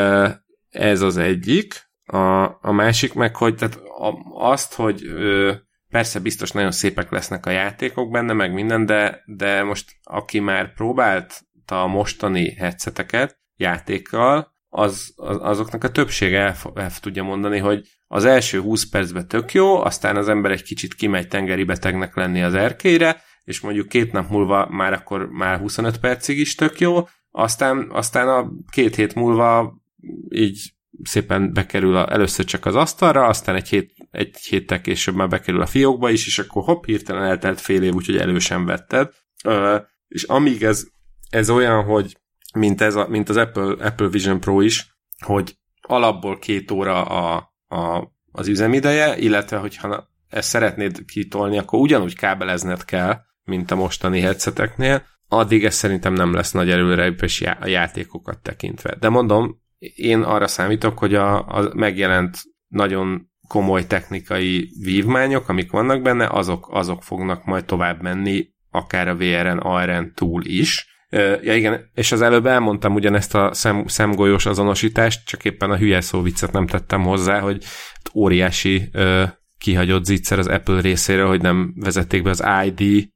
Ez az egyik. A, a másik meg, hogy tehát azt, hogy persze biztos nagyon szépek lesznek a játékok benne, meg minden, de, de most aki már próbált a mostani headseteket játékkal, az, az, azoknak a többsége el, el tudja mondani, hogy az első húsz percben tök jó, aztán az ember egy kicsit kimegy tengeri betegnek lenni az erkélyre, és mondjuk két nap múlva már akkor már huszonöt percig is tök jó, aztán, aztán a két hét múlva így szépen bekerül a, először csak az asztalra, aztán egy, hét, egy héttel később már bekerül a fiókba is, és akkor hopp, hirtelen eltelt fél év, úgyhogy elő sem vetted. Ö, és amíg ez, ez olyan, hogy mint, ez a, mint az Apple, Apple Vision Pro is, hogy alapból két óra a, a, az üzemideje, illetve hogyha ezt szeretnéd kitolni, akkor ugyanúgy kábelezned kell, mint a mostani headseteknél, addig ez szerintem nem lesz nagy előrelépés já- a játékokat tekintve. De mondom, én arra számítok, hogy a, a megjelent nagyon komoly technikai vívmányok, amik vannak benne, azok, azok fognak majd tovább menni, akár a vé er-en, á er-en túl is. Ja igen, és az előbb elmondtam ugyanezt a szem, szemgolyós azonosítást, csak éppen a hülye szó viccet nem tettem hozzá, hogy óriási ö, kihagyott zicser az Apple részéről, hogy nem vezették be az i dé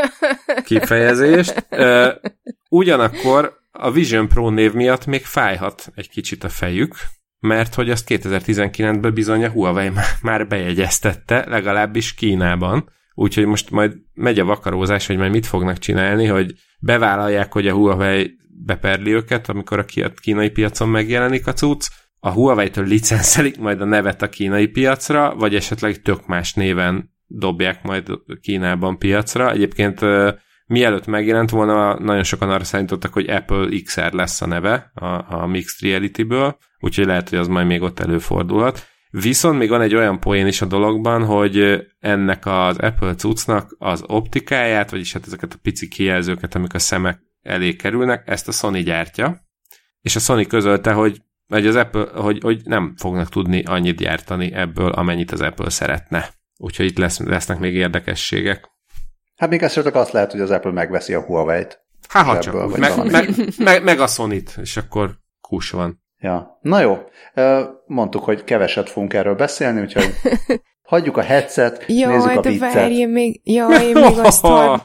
kifejezést. Ö, ugyanakkor a Vision Pro név miatt még fájhat egy kicsit a fejük, mert hogy azt kétezer-tizenkilencben bizony a Huawei már bejegyeztette, legalábbis Kínában. Úgyhogy most majd megy a vakarózás, hogy majd mit fognak csinálni, hogy bevállalják, hogy a Huawei beperli őket, amikor a kínai piacon megjelenik a cucc, a Huawei-től licenszelik majd a nevet a kínai piacra, vagy esetleg tök más néven dobják majd Kínában piacra. Egyébként mielőtt megjelent volna, nagyon sokan arra számítottak, hogy Apple iksz er lesz a neve a, a Mixed Reality-ből, úgyhogy lehet, hogy az majd még ott előfordulhat. Viszont még van egy olyan poén is a dologban, hogy ennek az Apple cuccnak az optikáját, vagyis hát ezeket a pici kijelzőket, amik a szemek elé kerülnek, ezt a Sony gyártja, és a Sony közölte, hogy, vagy az Apple, hogy, hogy nem fognak tudni annyit gyártani ebből, amennyit az Apple szeretne. Úgyhogy itt lesz, lesznek még érdekességek.
Hát még esetleg azt lehet, hogy az Apple megveszi a Huawei-t.
Hát ha csak, meg, meg, meg, meg a Sony-t, és akkor kus van.
Ja, na jó. Mondtuk, hogy keveset fogunk erről beszélni, úgyhogy hagyjuk a headset,
jaj,
nézzük a
de
viccet.
Várj, még, jaj, én még azt hadd...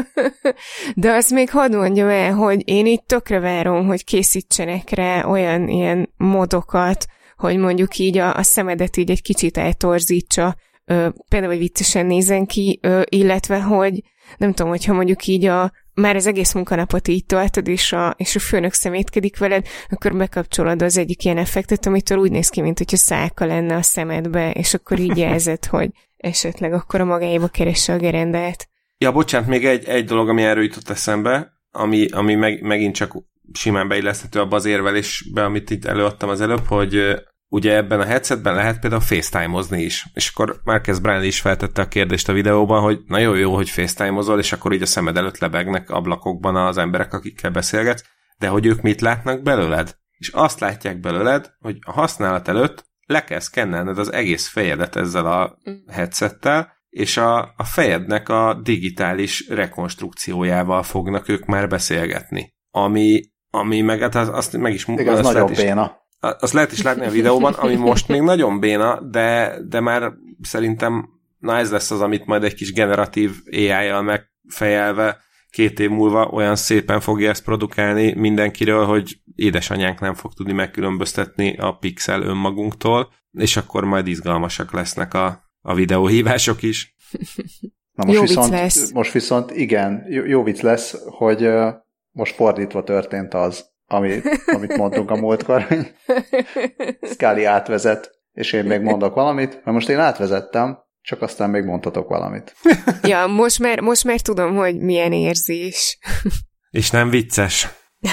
De azt még hadd mondjam el, hogy én itt tökre várom, hogy készítsenek rá olyan ilyen modokat, hogy mondjuk így a, a szemedet így egy kicsit eltorzítsa, ö, például, hogy viccesen nézen ki, ö, illetve, hogy nem tudom, hogyha mondjuk így a már az egész munkanapot így töltöd, és a, és a főnök szemétkedik veled, akkor bekapcsolod az egyik ilyen effektet, amitől úgy néz ki, mint hogyha szálka lenne a szemedbe, és akkor így jelzed, hogy esetleg akkor a magáéba keresse a gerendát.
Ja, bocsánat, még egy, egy dolog, ami erről jutott eszembe, ami, ami meg, megint csak simán beilleszthető abba az érvelésbe, amit itt előadtam az előbb, hogy ugye ebben a headsetben lehet például FaceTime-ozni is. És akkor Marques Brown is feltette a kérdést a videóban, hogy nagyon jó, hogy FaceTime-ozol, és akkor így a szemed előtt lebegnek ablakokban az emberek, akikkel beszélgetsz, de hogy ők mit látnak belőled? És azt látják belőled, hogy a használat előtt le kell szkennelned az egész fejedet ezzel a headsettel, és a, a fejednek a digitális rekonstrukciójával fognak ők már beszélgetni. Ami, ami meg, hát az, azt meg is...
Igaz, nagyon béna.
Azt lehet is látni a videóban, ami most még nagyon béna, de, de már szerintem na ez lesz az, amit majd egy kis generatív á í-jal megfejelve két év múlva olyan szépen fogja ezt produkálni mindenkiről, hogy édesanyánk nem fog tudni megkülönböztetni a Pixel önmagunktól, és akkor majd izgalmasak lesznek a, a videóhívások is.
Na most
jó
viszont,
vicc lesz.
Most viszont igen, jó, jó vicc lesz, hogy uh, most fordítva történt az, Ami, amit mondtunk a múltkor, hogy Scully átvezet, és én még mondok valamit, mert most én átvezettem, csak aztán még mondhatok valamit.
Ja, most már, most már tudom, hogy milyen érzés.
És nem vicces.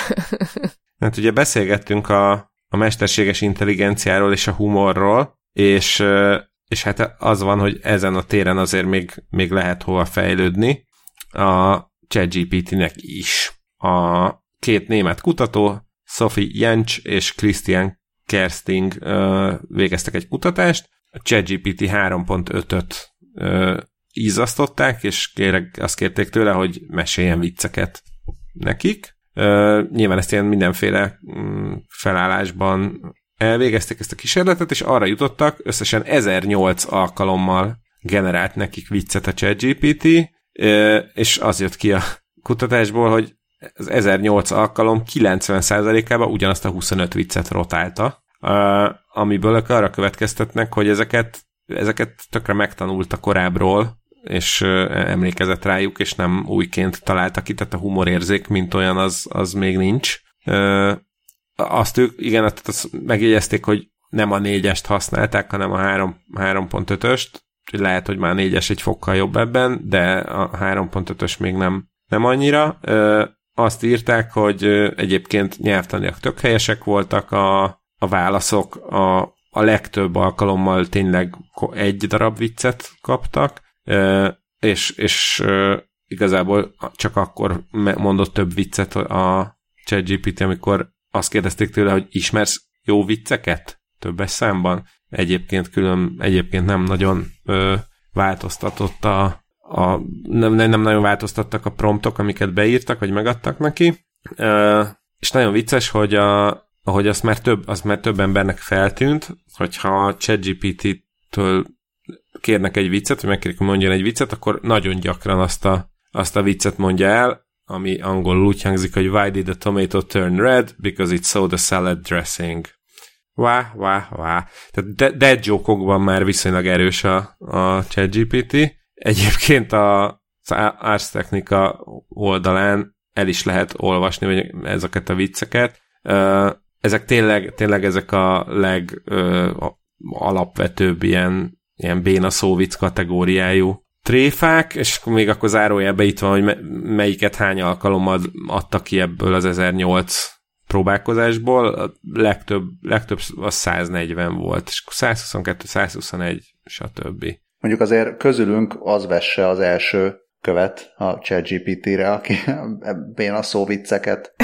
Mert ugye beszélgettünk a, a mesterséges intelligenciáról és a humorról, és, és hát az van, hogy ezen a téren azért még, még lehet hova fejlődni. A ChatGPT-nek is. A két német kutató, Sophie Jentsch és Christian Kersting uh, végeztek egy kutatást. A ChatGPT három pont ötöt uh, izzasztották, és kérek, azt kérték tőle, hogy meséljen vicceket nekik. Uh, nyilván ezt ilyen mindenféle um, felállásban elvégezték ezt a kísérletet, és arra jutottak, összesen ezernyolc alkalommal generált nekik viccet a ChatGPT, uh, és az jött ki a kutatásból, hogy az ezernyolc alkalom kilencven százalékában ugyanazt a huszonöt viccet rotálta, amiből ők arra következtetnek, hogy ezeket, ezeket tökre megtanulta korábbról, és emlékezett rájuk, és nem újként találta ki, tehát a humorérzék, mint olyan, az, az még nincs. Azt ők, igen, azt megjegyezték, hogy nem a négyest használták, hanem a három pont ötöst, lehet, hogy már a négyes egy fokkal jobb ebben, de a három pont ötös még nem, nem annyira. Azt írták, hogy egyébként nyelvtaniak tök helyesek voltak a, a válaszok, a, a legtöbb alkalommal tényleg egy darab viccet kaptak, és, és igazából csak akkor mondott több viccet a ChatGPT, amikor azt kérdezték tőle, hogy ismersz jó vicceket többes számban. Egyébként külön, egyébként nem nagyon ö, változtatott a A, nem, nem nagyon változtattak a promptok, amiket beírtak, vagy megadtak neki. Uh, és nagyon vicces, hogy a, ahogy azt már, több, azt már több embernek feltűnt, hogyha a ChatGPT-től kérnek egy viccet, vagy megkérik, hogy mondjon egy viccet, akkor nagyon gyakran azt a, azt a viccet mondja el, ami angolul úgy hangzik, hogy why did the tomato turn red? Because it saw the salad dressing. Wá, wá, wá. Tehát dead joke-okban már viszonylag erős a, a ChatGPT. Egyébként a Ars Technica oldalán el is lehet olvasni vagy ezeket a vicceket. Ezek tényleg, tényleg ezek a legalapvetőbb ilyen, ilyen béna szóvic kategóriájú tréfák, és még akkor zárójelbe itt van, hogy me- melyiket hány alkalommal adtak ki ebből az ezernyolc próbálkozásból, a legtöbb, legtöbb az száznegyven volt, és százhuszonkettő, százhuszonegy, stb.
Mondjuk azért közülünk az vesse az első követ a ChatGPT-re, aki béna szóvicceket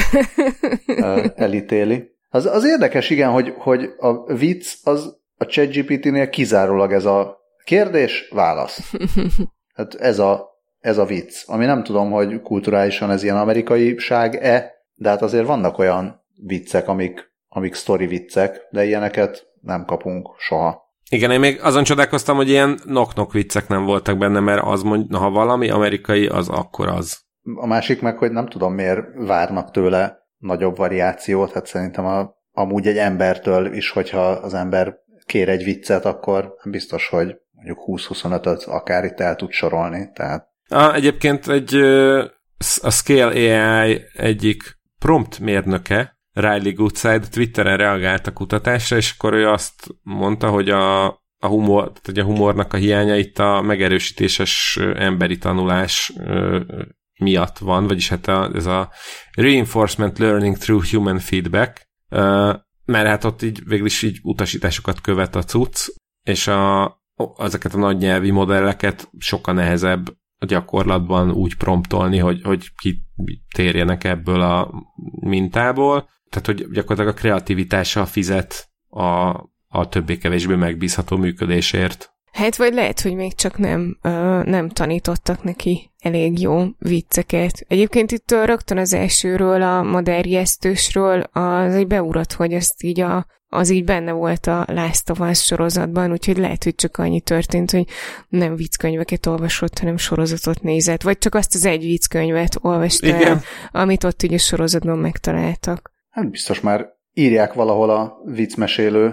elítéli. Az, az érdekes, igen, hogy, hogy a vicc az a ChatGPT-nél kizárólag ez a kérdés, válasz. Hát ez a, ez a vicc, ami nem tudom, hogy kulturálisan ez ilyen amerikaiság-e, de hát azért vannak olyan viccek, amik, amik sztori viccek, de ilyeneket nem kapunk soha.
Igen, én még azon csodálkoztam, hogy ilyen knock-knock viccek nem voltak benne, mert az mondja, ha valami amerikai, az akkor az.
A másik meg, hogy nem tudom, miért várnak tőle nagyobb variációt, hát szerintem a, amúgy egy embertől is, hogyha az ember kér egy viccet, akkor biztos, hogy mondjuk húsz-huszonötöt akár itt el tud sorolni. Tehát...
Ah, egyébként egy a Scale á i egyik prompt mérnöke, Riley Goodside Twitteren reagált a kutatásra, és akkor ő azt mondta, hogy a, a, humor, tehát a humornak a hiánya itt a megerősítéses emberi tanulás ö, miatt van, vagyis hát a, ez a reinforcement learning through human feedback, ö, mert hát ott így végül is így utasításokat követ a cucc, és a, ezeket a nagy nyelvi modelleket sokkal nehezebb a gyakorlatban úgy promptolni, hogy, hogy kitérjenek ebből a mintából. Tehát, hogy gyakorlatilag a kreativitással fizet a, a többé-kevésbé megbízható működésért.
Hát, vagy lehet, hogy még csak nem, ö, nem tanítottak neki elég jó vicceket. Egyébként itt rögtön az elsőről, a madárjesztősről az egy beugrott, hogy ezt így a, az így benne volt a Last of Us sorozatban, úgyhogy lehet, hogy csak annyi történt, hogy nem vicckönyveket olvasott, hanem sorozatot nézett, vagy csak azt az egy vicckönyvet olvasta el, amit ott így a sorozatban megtaláltak.
Hát biztos már írják valahol a viccmesélő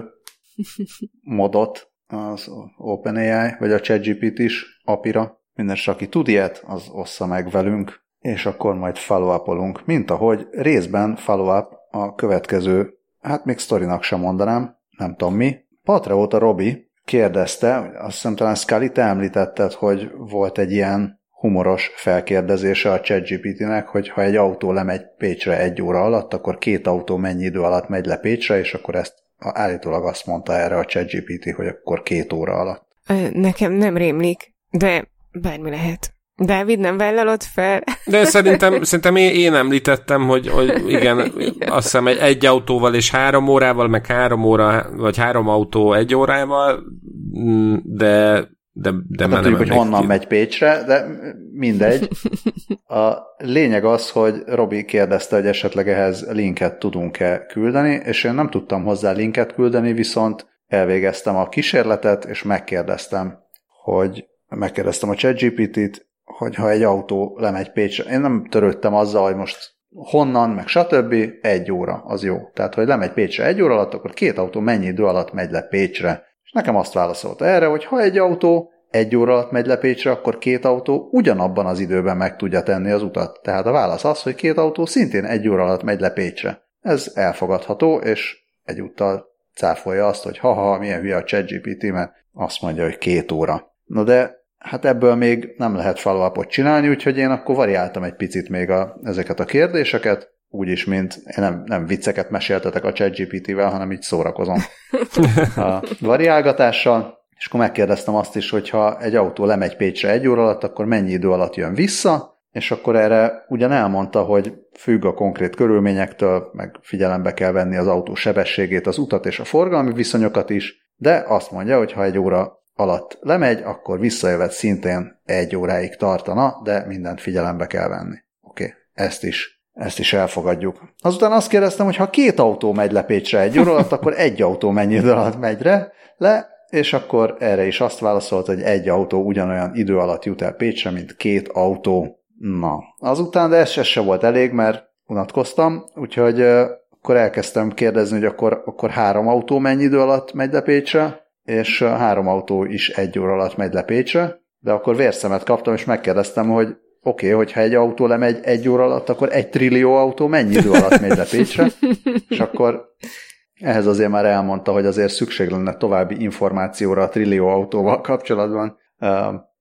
modot, az OpenAI, vagy a ChatGPT is apira. Mindenesetre, aki tud ilyet, az ossza meg velünk, és akkor majd follow-upolunk, mint ahogy részben follow-up a következő, hát még sztorinak sem mondanám, nem tudom mi. Patreóta Robi kérdezte, azt hiszem talán Scully, te említetted, hogy volt egy ilyen humoros felkérdezése a ChatGPT-nek, hogy ha egy autó lemegy Pécsre egy óra alatt, akkor két autó mennyi idő alatt megy le Pécsre, és akkor ezt állítólag azt mondta erre a ChatGPT, hogy akkor két óra alatt.
Nekem nem rémlik, de bármi lehet. Dávid, nem vállalod fel?
De szerintem, szerintem én, én említettem, hogy, hogy igen, azt hiszem egy, egy autóval és három órával, meg három óra, vagy három autó egy órával, de de, de
hát nem tudjuk, hogy honnan ki. megy Pécsre, de mindegy. A lényeg az, hogy Robi kérdezte, hogy esetleg ehhez linket tudunk-e küldeni, és én nem tudtam hozzá linket küldeni, viszont elvégeztem a kísérletet, és megkérdeztem, hogy megkérdeztem a ChatGPT-t, hogy ha egy autó lemegy Pécsre, én nem törődtem azzal, hogy most honnan, meg stb. Egy óra, az jó. Tehát, hogy lemegy Pécsre egy óra alatt, akkor két autó mennyi idő alatt megy le Pécsre. És nekem azt válaszolta erre, hogy ha egy autó egy óra alatt megy le Pécsre, akkor két autó ugyanabban az időben meg tudja tenni az utat. Tehát a válasz az, hogy két autó szintén egy óra alatt megy le Pécsre. Ez elfogadható, és egyúttal cáfolja azt, hogy haha, milyen hülye a ChatGPT, mert azt mondja, hogy két óra. Na de hát ebből még nem lehet follow-upot csinálni, úgyhogy én akkor variáltam egy picit még a, ezeket a kérdéseket, úgyis, mint én nem, nem vicceket meséltetek a ChatGPT-vel, hanem így szórakozom a variálgatással, és akkor megkérdeztem azt is, hogy ha egy autó lemegy Pécsre egy óra alatt, akkor mennyi idő alatt jön vissza, és akkor erre ugyan elmondta, hogy függ a konkrét körülményektől, meg figyelembe kell venni az autó sebességét, az utat és a forgalmi viszonyokat is, de azt mondja, hogy ha egy óra alatt lemegy, akkor visszajövet szintén egy óráig tartana, de mindent figyelembe kell venni. Oké, okay, ezt is Ezt is elfogadjuk. Azután azt kérdeztem, hogy ha két autó megy le Pécsre egy óra alatt, akkor egy autó mennyi idő alatt megy le, és akkor erre is azt válaszolt, hogy egy autó ugyanolyan idő alatt jut el Pécsre, mint két autó. Na, azután, de ez se volt elég, mert unatkoztam, úgyhogy uh, akkor elkezdtem kérdezni, hogy akkor, akkor három autó mennyi idő alatt megy le Pécsre, és uh, három autó is egy óra alatt megy le Pécsre, de akkor vérszemet kaptam, és megkérdeztem, hogy oké, okay, hogyha egy autó lemegy egy óra alatt, akkor egy trillió autó mennyi idő alatt megy le Pécsre, és akkor ehhez azért már elmondta, hogy azért szükség lenne további információra a trillió autóval kapcsolatban.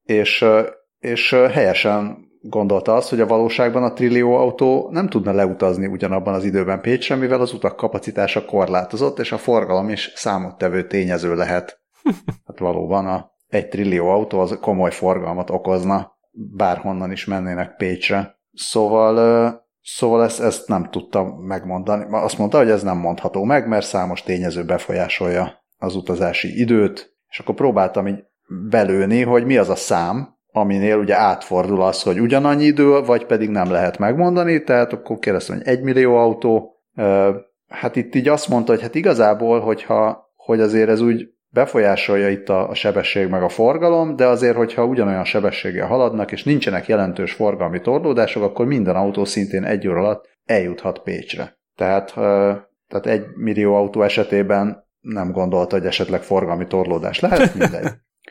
és, és helyesen gondolta azt, hogy a valóságban a trillió autó nem tudna leutazni ugyanabban az időben Pécsre, mivel az utak kapacitása korlátozott, és a forgalom is számottevő tényező lehet. Hát valóban a egy trillió autó az komoly forgalmat okozna, bárhonnan is mennének Pécsre. Szóval, szóval ezt, ezt nem tudta megmondani. Azt mondta, hogy ez nem mondható meg, mert számos tényező befolyásolja az utazási időt, és akkor próbáltam így belőni, hogy mi az a szám, aminél ugye átfordul az, hogy ugyanannyi idő, vagy pedig nem lehet megmondani, tehát akkor kérdeztem, hogy egy millió autó. Hát itt így azt mondta, hogy hát igazából, hogyha, hogy azért ez úgy befolyásolja itt a, a sebesség meg a forgalom, de azért, hogyha ugyanolyan sebességgel haladnak, és nincsenek jelentős forgalmi torlódások, akkor minden autó szintén egy óra alatt eljuthat Pécsre. Tehát, tehát egy millió autó esetében nem gondolta, hogy esetleg forgalmi torlódás lehet, mindegy.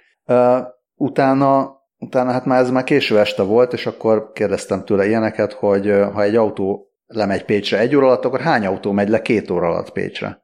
Utána, utána hát már ez már késő este volt, és akkor kérdeztem tőle ilyeneket, hogy ha egy autó lemegy Pécsre egy óra alatt, akkor hány autó megy le két óra alatt Pécsre?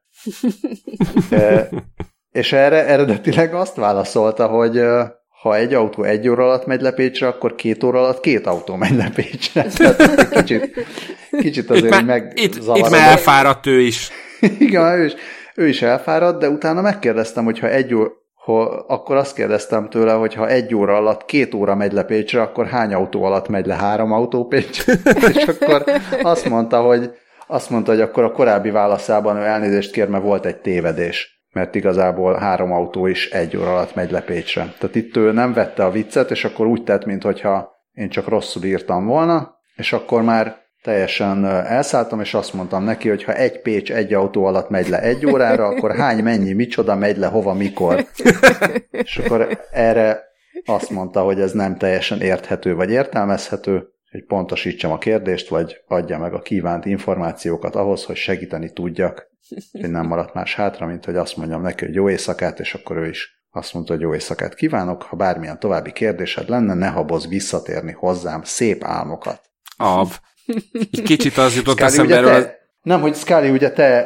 e, és erre eredetileg azt válaszolta, hogy ha egy autó egy óra alatt megy le Pécsre, akkor két óra alatt két autó megy le Pécsre. Tehát kicsit, kicsit azért itt megzavarodott.
Itt, itt már elfáradt ő is.
Igen, ő is, ő is elfáradt, de utána megkérdeztem, hogy ha egy óra, ha, akkor azt kérdeztem tőle, hogy ha egy óra alatt két óra megy le Pécsre, akkor hány autó alatt megy le három autó Pécsre? És akkor azt mondta, hogy, azt mondta, hogy akkor a korábbi válaszában ő elnézést kér, mert volt egy tévedés, mert igazából három autó is egy óra alatt megy le Pécsre. Tehát itt ő nem vette a viccet, és akkor úgy tett, mintha én csak rosszul írtam volna, és akkor már teljesen elszálltam, és azt mondtam neki, hogy ha egy Pécs egy autó alatt megy le egy órára, akkor hány, mennyi, micsoda megy le, hova, mikor. És akkor erre azt mondta, hogy ez nem teljesen érthető vagy értelmezhető, hogy pontosítsam a kérdést, vagy adja meg a kívánt információkat ahhoz, hogy segíteni tudjak, hogy nem maradt más hátra, mint hogy azt mondjam neki, hogy jó éjszakát, és akkor ő is azt mondta, hogy jó éjszakát kívánok, ha bármilyen további kérdésed lenne, ne habozz visszatérni hozzám, szép álmokat.
Ab. Kicsit az jutott
Scully,
eszembe erről.
Te, nem, hogy Scully, ugye te,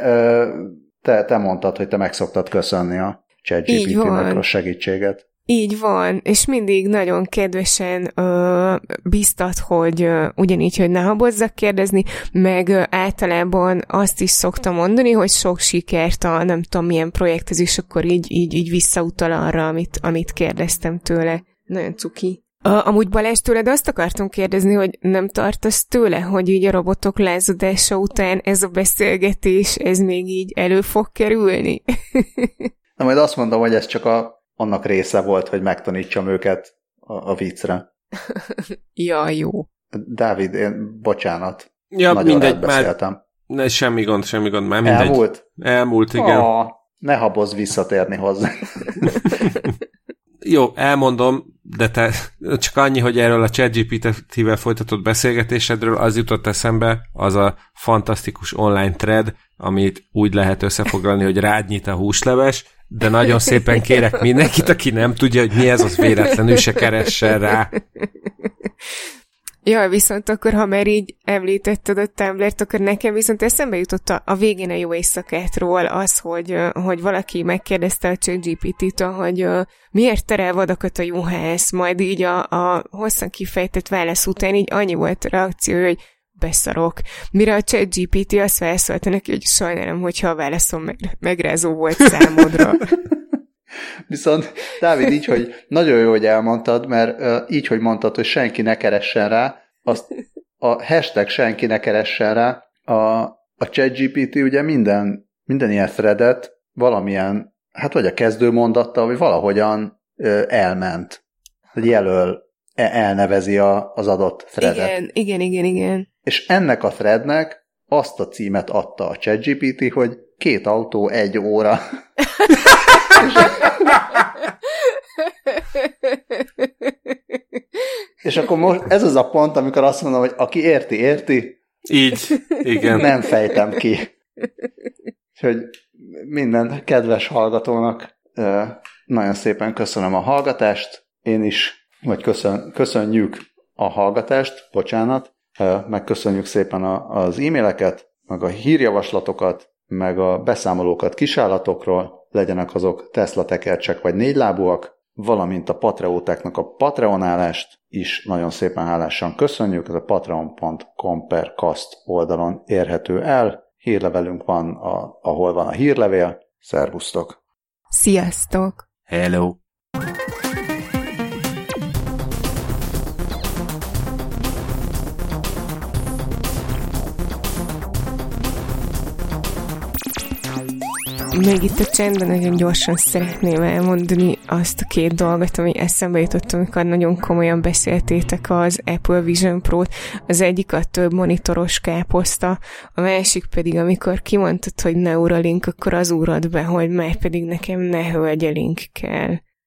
te, te mondtad, hogy te meg szoktad köszönni a ChatGPT-nek a segítséget.
Így van, és mindig nagyon kedvesen ö, biztat, hogy ö, ugyanígy, hogy ne habozzak kérdezni, meg ö, általában azt is szoktam mondani, hogy sok sikert a nem tudom milyen projekthez, és akkor így, így, így visszautal arra, amit, amit kérdeztem tőle. Nagyon cuki. A, amúgy Balázs, tőled azt akartam kérdezni, hogy nem tartasz tőle, hogy így a robotok lázadása után ez a beszélgetés, ez még így elő fog kerülni?
Na, majd azt mondom, hogy ez csak a, annak része volt, hogy megtanítsam őket a, a viccre.
Ja, jó.
Dávid, én bocsánat.
Ja,
nagyon
mindegy,
beszéltem.
már ne, semmi gond, semmi gond, már mindegy.
Elmúlt?
Elmúlt, igen.
Oh, ne habozz visszatérni hozzá.
Jó, elmondom, de te csak annyi, hogy erről a ChatGPT-vel folytatott beszélgetésedről az jutott eszembe, az a fantasztikus online thread, amit úgy lehet összefoglalni, hogy rád nyit a húsleves, de nagyon szépen kérek mindenkit, aki nem tudja, hogy mi ez, az véletlenül se keressen rá.
Ja, viszont akkor, ha már így említetted a Tumblr-t, akkor nekem viszont eszembe jutott a, a végén a jó éjszakátról az, hogy, hogy valaki megkérdezte a ChatGPT-től, hogy uh, miért terel vadakat a juhász, majd így a, a hosszan kifejtett válasz után így annyi volt a reakció, hogy beszarok. Mire a ChatGPT azt válaszolta neki, hogy sajnálom, hogyha a válaszom meg, megrázó volt számodra.
Viszont, Dávid, így, hogy nagyon jó, hogy elmondtad, mert uh, így, hogy mondtad, hogy senki ne keressen rá, azt a hashtag senki ne keressen rá, a, a ChatGPT ugye minden, minden ilyen threadet valamilyen, hát vagy a kezdőmondattal, vagy valahogyan uh, elment, hogy jelöl, elnevezi a, az adott threadet.
Igen, igen, igen, igen.
És ennek a threadnek azt a címet adta a ChatGPT, hogy két autó, egy óra. És akkor most ez az a pont, amikor azt mondom, hogy aki érti, érti.
Így, igen.
Nem fejtem ki. Úgyhogy minden kedves hallgatónak nagyon szépen köszönöm a hallgatást. Én is, vagy köszön, köszönjük a hallgatást, bocsánat. Megköszönjük szépen az e-maileket, meg a hírjavaslatokat, meg a beszámolókat kisállatokról, legyenek azok Tesla tekercsek vagy négylábúak. valamint a Patreótáknak a Patreonálást is nagyon szépen hálásan köszönjük. Ez a patreon pont com per cast oldalon érhető el. Hírlevelünk van, a, ahol van a hírlevél. Szervusztok!
Sziasztok!
Hello!
Még itt a csendben nagyon gyorsan szeretném elmondani azt a két dolgot, ami eszembe jutott, amikor nagyon komolyan beszéltétek az Apple Vision Pro-t. Az egyik a több monitoros káposzta, a másik pedig, amikor kimondtad, hogy Neuralink, akkor az ugrott be, hogy már pedig nekem Neuralink kell.